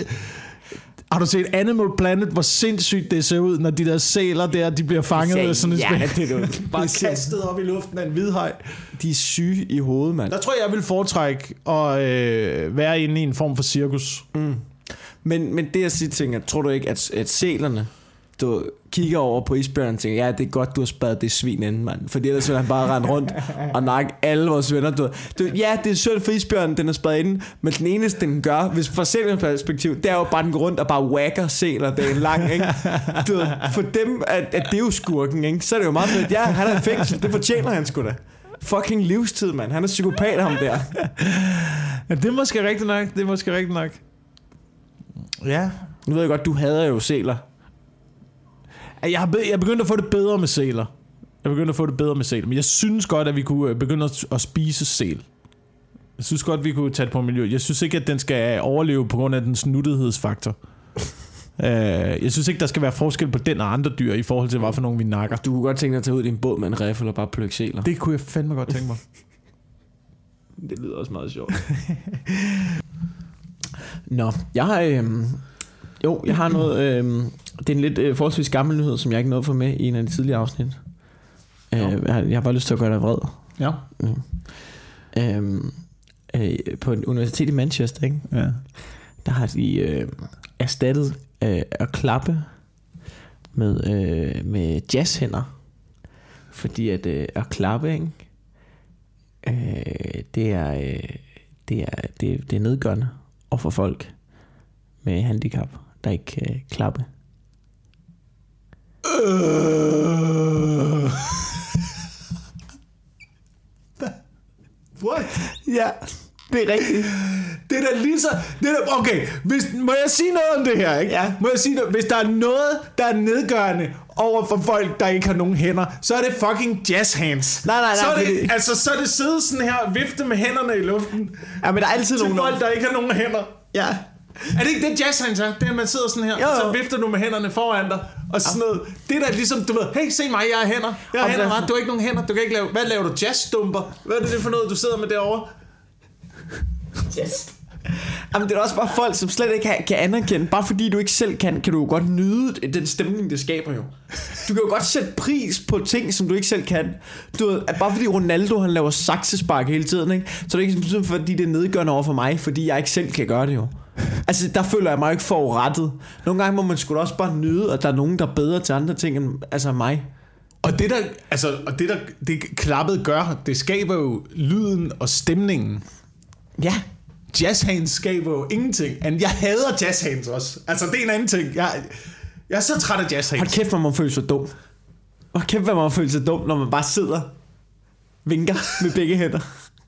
har du set Animal Planet, hvor sindssygt det ser ud, når de der sæler der, de bliver fanget af sådan en ja, det er det. Bare kastet op i luften af en hvidhaj. De er syge i hovedet, mand. Der tror jeg, jeg vil foretrække at øh, være inde i en form for cirkus. Mm. Men, men det jeg siger, tænker, tror du ikke, at, at sælerne, du kigger over på isbjørnen og tænker, ja, det er godt, du har spadet det svin inden, mand. For ellers vil han bare rende rundt og nakke alle vores venner. Du, du, ja, det er synd for isbjørnen, den er spadet inden, men den eneste, den gør, hvis fra sælernes perspektiv, det er jo bare, den går rundt og bare whacker sæler dagen lang, ikke? Du, for dem, at, at det er jo skurken, ikke? Så er det jo meget fedt. Ja, han er i fængsel, det fortjener han sgu da. Fucking livstid, mand. Han er psykopat, ham der. Ja, det er måske rigtigt nok. Det er måske rigtigt nok. Ja. Nu ved jeg godt, du hader jo sæler. Jeg har, jeg er begyndt at få det bedre med sæler. Jeg er begyndt at få det bedre med sæler. Men jeg synes godt, at vi kunne begynde at spise sæl. Jeg synes godt, at vi kunne tage det på miljø. Jeg synes ikke, at den skal overleve på grund af den snuttighedsfaktor. Uh, jeg synes ikke, der skal være forskel på den og andre dyr i forhold til, hvad for nogen vi nakker. Du kunne godt tænke dig at tage ud i en båd med en riffel og bare plukke sæler. Det kunne jeg fandme godt tænke mig. Det lyder også meget sjovt. Nå, jeg har øhm, jo, jeg har noget. Øhm, det er en lidt øh, forholdsvis gammel nyhed, som jeg ikke nåede at få med i en af de tidligere afsnit. Øh, jeg, har, jeg har bare lyst til at gøre dig vred. Ja. Mm. Øhm, øh, på en universitet i Manchester, ikke? Ja. Der har de øh, erstattet øh, at klappe med øh, med jazzhænder, fordi at øh, at klappe, ikke? Øh, det er øh, det er det, det er nedgørende og for folk med handicap, der ikke kan klappe. What? Ja, det er rigtigt. Det er da lige så... Det er da, okay, hvis, må jeg sige noget om det her, ikke? Ja. Må jeg sige noget? Hvis der er noget, der er nedgørende over for folk, der ikke har nogen hænder, så er det fucking jazz hands. Nej, nej, nej. Så er det, fordi... altså, så er det sidde sådan her og vifte med hænderne i luften. Ja, men der er altid til nogen... folk, der ikke har nogen hænder. Ja. Er det ikke det jazz hands er? Det er, at man sidder sådan her, jo, jo. så vifter du med hænderne foran dig, og sådan noget. Det der er ligesom, du ved, hey, se mig, jeg har hænder. Jeg har hænder, du har ikke nogen hænder, du kan ikke lave... Hvad laver du? Jazzstumper? Hvad er det for noget, du sidder med derovre? Yes. Jamen det er også bare folk, som slet ikke kan anerkende. Bare fordi du ikke selv kan, kan du jo godt nyde den stemning, det skaber jo. Du kan jo godt sætte pris på ting, som du ikke selv kan. Du ved, bare fordi Ronaldo han laver saksespark hele tiden, ikke? Så det er ikke sådan, fordi det er nedgørende over for mig, fordi jeg ikke selv kan gøre det jo. Altså der føler jeg mig ikke forurettet. Nogle gange må man sgu da også bare nyde, at der er nogen, der er bedre til andre ting end altså mig. Og det der, altså, og det der det klappet gør, det skaber jo lyden og stemningen. Ja. Jazzhands skaber jo ingenting. Jeg hader jazzhands også. Altså det er en anden ting. Jeg, jeg er så træt af jazzhands. Hold kæft, hvor man føler sig dum. Hold kæft, hvor man føler sig dum, når man bare sidder vinker med begge hænder.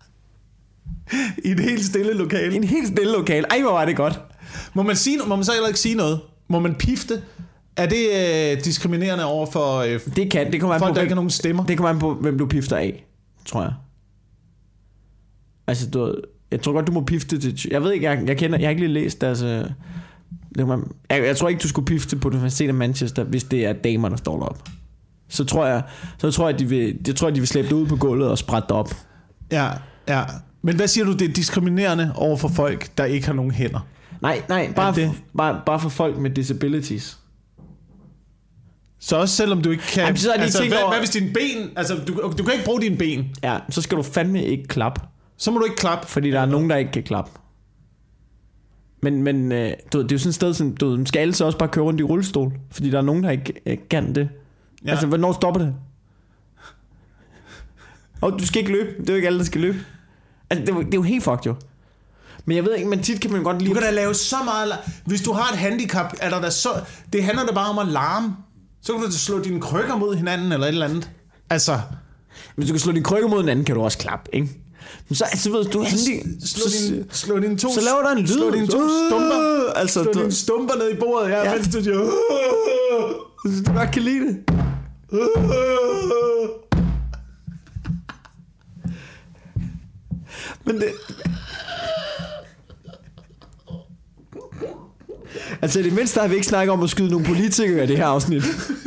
I et helt stille lokale. I en helt stille lokale. Ej, hvor var det godt. Må man, sige, må man så heller ikke sige noget? Må man pifte? Er det øh, diskriminerende over for øh, det kan, det kommer an folk, på, der ikke har nogen stemmer? Det kommer an på, hvem du pifter af, tror jeg. Altså, du, jeg tror godt, du må pifte til... Jeg ved ikke, jeg, jeg kender... Jeg har ikke lige læst deres... Det man, jeg, jeg tror ikke, du skulle pifte på Universitetet af Manchester, hvis det er damer, der står derop. Så tror jeg, så tror jeg, de vil, jeg tror, de vil slæbe det ud på gulvet og sprætte det op. Ja, ja. Men hvad siger du, det er diskriminerende over for folk, der ikke har nogen hænder? Nej, nej, bare, for, bare, bare for folk med disabilities. Så også selvom du ikke kan... Jamen, så er de altså, tænkt hvad, over... hvad hvis dine ben... Altså, du, du kan ikke bruge dine ben. Ja, så skal du fandme ikke klappe. Så må du ikke klappe. Fordi der er nogen, der ikke kan klappe. Men, men øh, du, det er jo sådan et sted, som du skal alle så også bare køre rundt i rullestol. Fordi der er nogen, der ikke øh, kan det. Ja. Altså, hvornår stopper det? Og du skal ikke løbe. Det er jo ikke alle, der skal løbe. Altså, det er, jo, det er jo helt fucked jo. Men jeg ved ikke, men tit kan man godt lide... Du kan da lave så meget... Hvis du har et handicap, er der da så... Det handler da bare om at larme. Så kan du slå dine krykker mod hinanden, eller et eller andet. Altså... Hvis du kan slå dine krykker mod hinanden, kan du også klappe, ikke? Men så, altså, ved du... Så slå, din, slå dine to... Så laver der en lyd. Slå dine to stumper. Uh, altså, slå du, dine stumper ned i bordet, ja, ja. Mens du siger... Hvis du godt kan lide det. Men det... Altså, i det mindste har vi ikke snakket om at skyde nogle politikere i det her afsnit.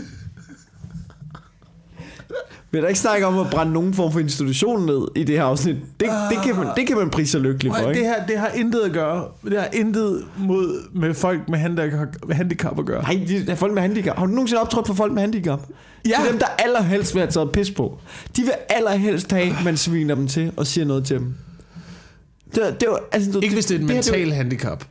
Vi har da ikke snakket om at brænde nogen form for institution ned i det her afsnit. Det, det, kan, man, det kan man prise sig lykkelig for, ikke? Det her, det har intet at gøre. Det har intet mod med folk med handicap, handicap at gøre. Nej, det er folk med handicap. Har du nogensinde optrådt for folk med handicap? Ja. Det er dem, der allerhelst vil have taget pis på. De vil allerhelst have, man sviner dem til og siger noget til dem. Det, det var, altså, ikke hvis det er et det mental det, handicap.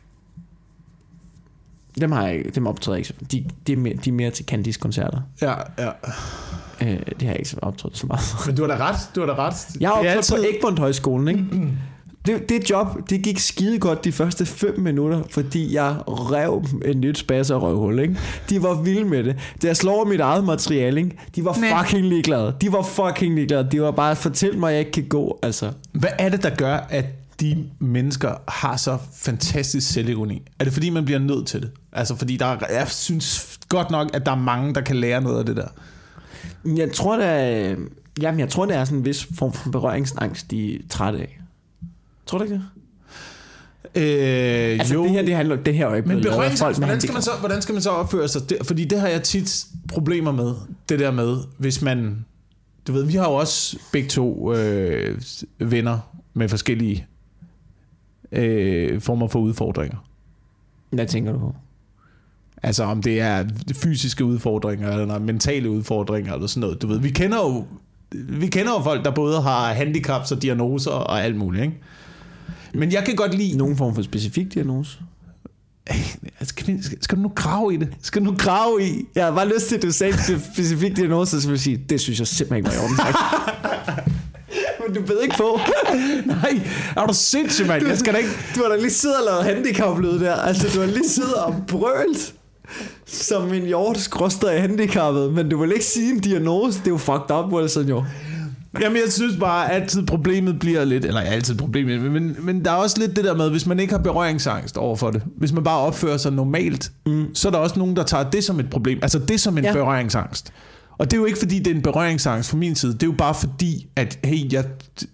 Dem har jeg dem optræder ikke. De, de, er mere, de er mere til Candice-koncerter. Ja, ja. Øh, det har jeg ikke optrådt så meget. Men du har da ret. Du har da ret. Jeg har optrådt altid... på Egmont Højskolen, ikke? Det, det job, det gik skide godt de første fem minutter, fordi jeg rev et nyt spasser røvhul, ikke? De var vilde med det. Da jeg slår mit eget materiale, ikke? De var fucking ligeglade. De var fucking ligeglade. De var bare, fortæl mig, at jeg ikke kan gå, altså. Hvad er det, der gør, at de mennesker har så fantastisk selvironi? Er det fordi, man bliver nødt til det? Altså fordi, der er, jeg synes godt nok, at der er mange, der kan lære noget af det der. Jeg tror, det er, jamen, jeg tror, det er sådan en vis form for berøringsangst, de er trætte af. Tror du ikke det? Øh, altså jo. det her, det handler det her jo ikke. Men berøringsangst, hvordan skal man så, hvordan skal man så opføre sig? Det, fordi det har jeg tit problemer med, det der med, hvis man, du ved, vi har jo også begge to øh, venner med forskellige øh, former for udfordringer. Hvad tænker du på? Altså om det er fysiske udfordringer eller mentale udfordringer eller sådan noget. Du ved, vi kender jo vi kender jo folk, der både har handicaps og diagnoser og alt muligt, ikke? Men jeg kan godt lide nogen form for specifik diagnose. Skal, skal du nu grave i det? Skal du nu grave i? Jeg har bare lyst til, at du sagde specifik diagnose, så vil jeg sige, det synes jeg simpelthen ikke var i orden. Men du ved ikke på. Nej, er du sindssygt, mand? Jeg skal da ikke... Du har da lige siddet og lavet handicap-lyd der. Altså, du har lige siddet og brølt. som en hjorteskråster handicappet, men du vil ikke sige en diagnose. Det er jo fucked up, Wilson, jo. Jamen, jeg synes bare, at altid problemet bliver lidt, eller altid problemet, men, men der er også lidt det der med, hvis man ikke har berøringsangst over for det, hvis man bare opfører sig normalt, mm. så er der også nogen, der tager det som et problem, altså det som en ja. berøringsangst. Og det er jo ikke, fordi det er en berøringsangst fra min side, det er jo bare fordi, at hey, jeg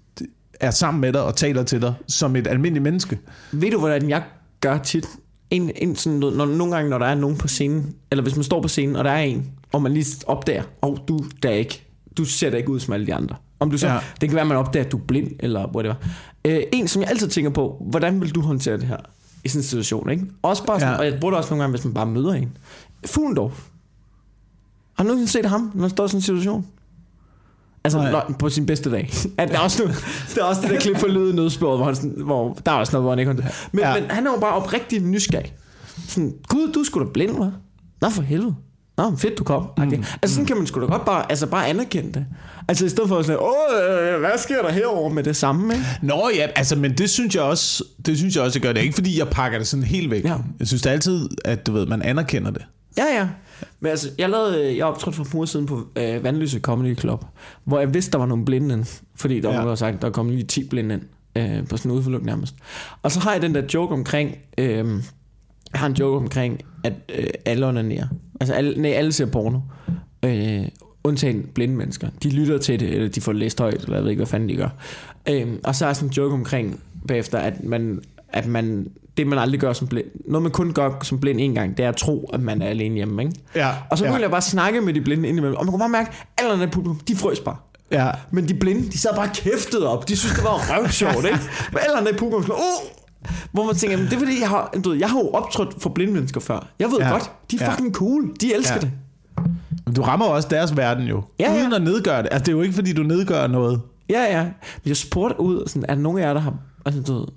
er sammen med dig og taler til dig som et almindeligt menneske. Ved du, hvordan jeg gør tit? En, en sådan, når, nogle gange, når der er nogen på scenen, eller hvis man står på scenen, og der er en, og man lige opdager, åh, oh, du der er ikke, du ser da ikke ud som alle de andre. Om du så, ja. Det kan være, at man opdager, at du er blind, eller whatever. Øh, en, som jeg altid tænker på, hvordan vil du håndtere det her i sådan en situation, ikke? Også bare sådan, ja. Og jeg bruger det også nogle gange, hvis man bare møder en. Fuglendorf. Har du nogensinde set ham, når han står i sådan en situation? Altså når, på sin bedste dag. At der, er også, der er også det der klip for lyde nødsporet, hvor, han sådan, hvor der er også noget, hvor han ikke håndterer. Men, ja. men han er jo bare oprigtig nysgerrig. Sådan, gud, du er sgu da blind, hva'? Nå, for helvede. Nå, fedt, du kom. Okay. Mm. Altså sådan kan man sgu da godt bare, altså bare anerkende det. Altså i stedet for at sige, åh, hvad sker der herover med det samme, ikke? Nå ja, altså, men det synes jeg også, det synes jeg også, jeg gør det. Ikke fordi jeg pakker det sådan helt væk. Ja. Jeg synes det er altid, at du ved, man anerkender det. Ja, ja. Men altså, jeg lavede, jeg optrådte for uger siden på øh, Vandløse Comedy Club, hvor jeg vidste, der var nogle blinde ind, fordi der ja. var nogen, der sagt, der kom lige ti blinde ind øh, på sådan en udflugt nærmest. Og så har jeg den der joke omkring, øh, jeg har en joke omkring, at øh, alle onanerer. Altså, alle, nej, alle ser porno. Øh, undtagen blinde mennesker. De lytter til det, eller de får læst højt, eller jeg ved ikke, hvad fanden de gør. Øh, og så er sådan en joke omkring, bagefter, at man, at man det man aldrig gør som blind, noget man kun gør som blind en gang, det er at tro, at man er alene hjemme, ikke? Ja, og så ja. ville jeg bare snakke med de blinde indimellem, og man kunne bare mærke, at alle andre publikum, de frøs bare. Ja. Men de blinde, de sad bare kæftet op. De synes, det var røvsjovt, ikke? Men alle andre publikum sådan, åh! Hvor man tænker, det er fordi, jeg har, du ved, jeg har jo optrådt for blinde mennesker før. Jeg ved ja. godt, de er fucking cool. De elsker ja. det. Du rammer også deres verden jo. Ja, ja. Uden at nedgøre det. Altså, det er jo ikke, fordi du nedgør noget. Ja, ja. Jeg spurgte ud, sådan, er der nogen af jer, der har... Altså, du ved...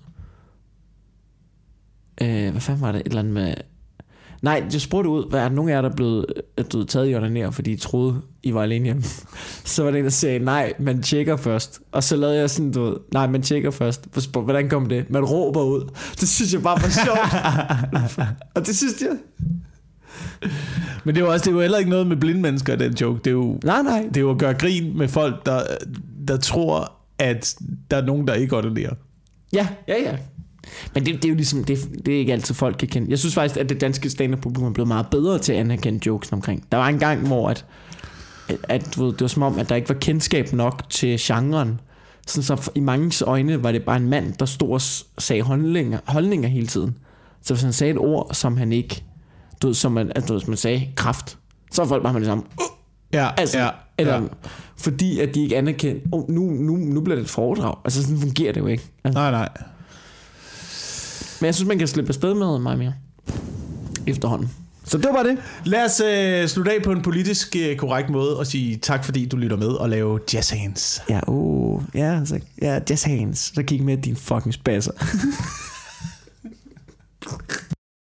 Øh, hvad fanden var det? Et eller andet med... Nej, jeg spurgte ud, hvad er der nogen af jer, der er blevet, blevet taget i onaner, fordi I troede, I var alene hjemme? Så var det en, der sagde, nej, man tjekker først. Og så lavede jeg sådan, du ved, nej, man tjekker først. Hvordan kom det? Man råber ud. Det synes jeg bare var sjovt. Og det synes jeg... Men det er jo også, det er jo heller ikke noget med blinde mennesker, den joke. Det er jo, nej, nej. Det er jo at gøre grin med folk, der, der tror, at der er nogen, der ikke onanerer. Ja, ja, ja. Men det, det er jo ligesom, det, det er ikke altid folk kan kende. Jeg synes faktisk, at det danske stand-up-publikum er blevet meget bedre til at anerkende jokes omkring. Der var en gang, hvor at, at, at, det var som om, at der ikke var kendskab nok til genren. Sådan så i manges øjne var det bare en mand, der stod og sagde holdninger, holdninger hele tiden. Så hvis han sagde et ord, som han ikke, du ved, som man, altså, hvis man sagde kraft, så var folk bare med det samme. Uh! Ja, altså, ja, eller, ja. Fordi at de ikke anerkendte, oh, nu, nu, nu bliver det et foredrag. Altså sådan fungerer det jo ikke. Altså. Nej, nej. Men jeg synes, man kan slippe afsted med meget mere efterhånden. Så det var det. Lad os øh, slutte af på en politisk øh, korrekt måde og sige tak, fordi du lytter med og lave jazz hands. Ja, uh, ja, så, ja, jazz hands. Så kig med dine fucking spasser.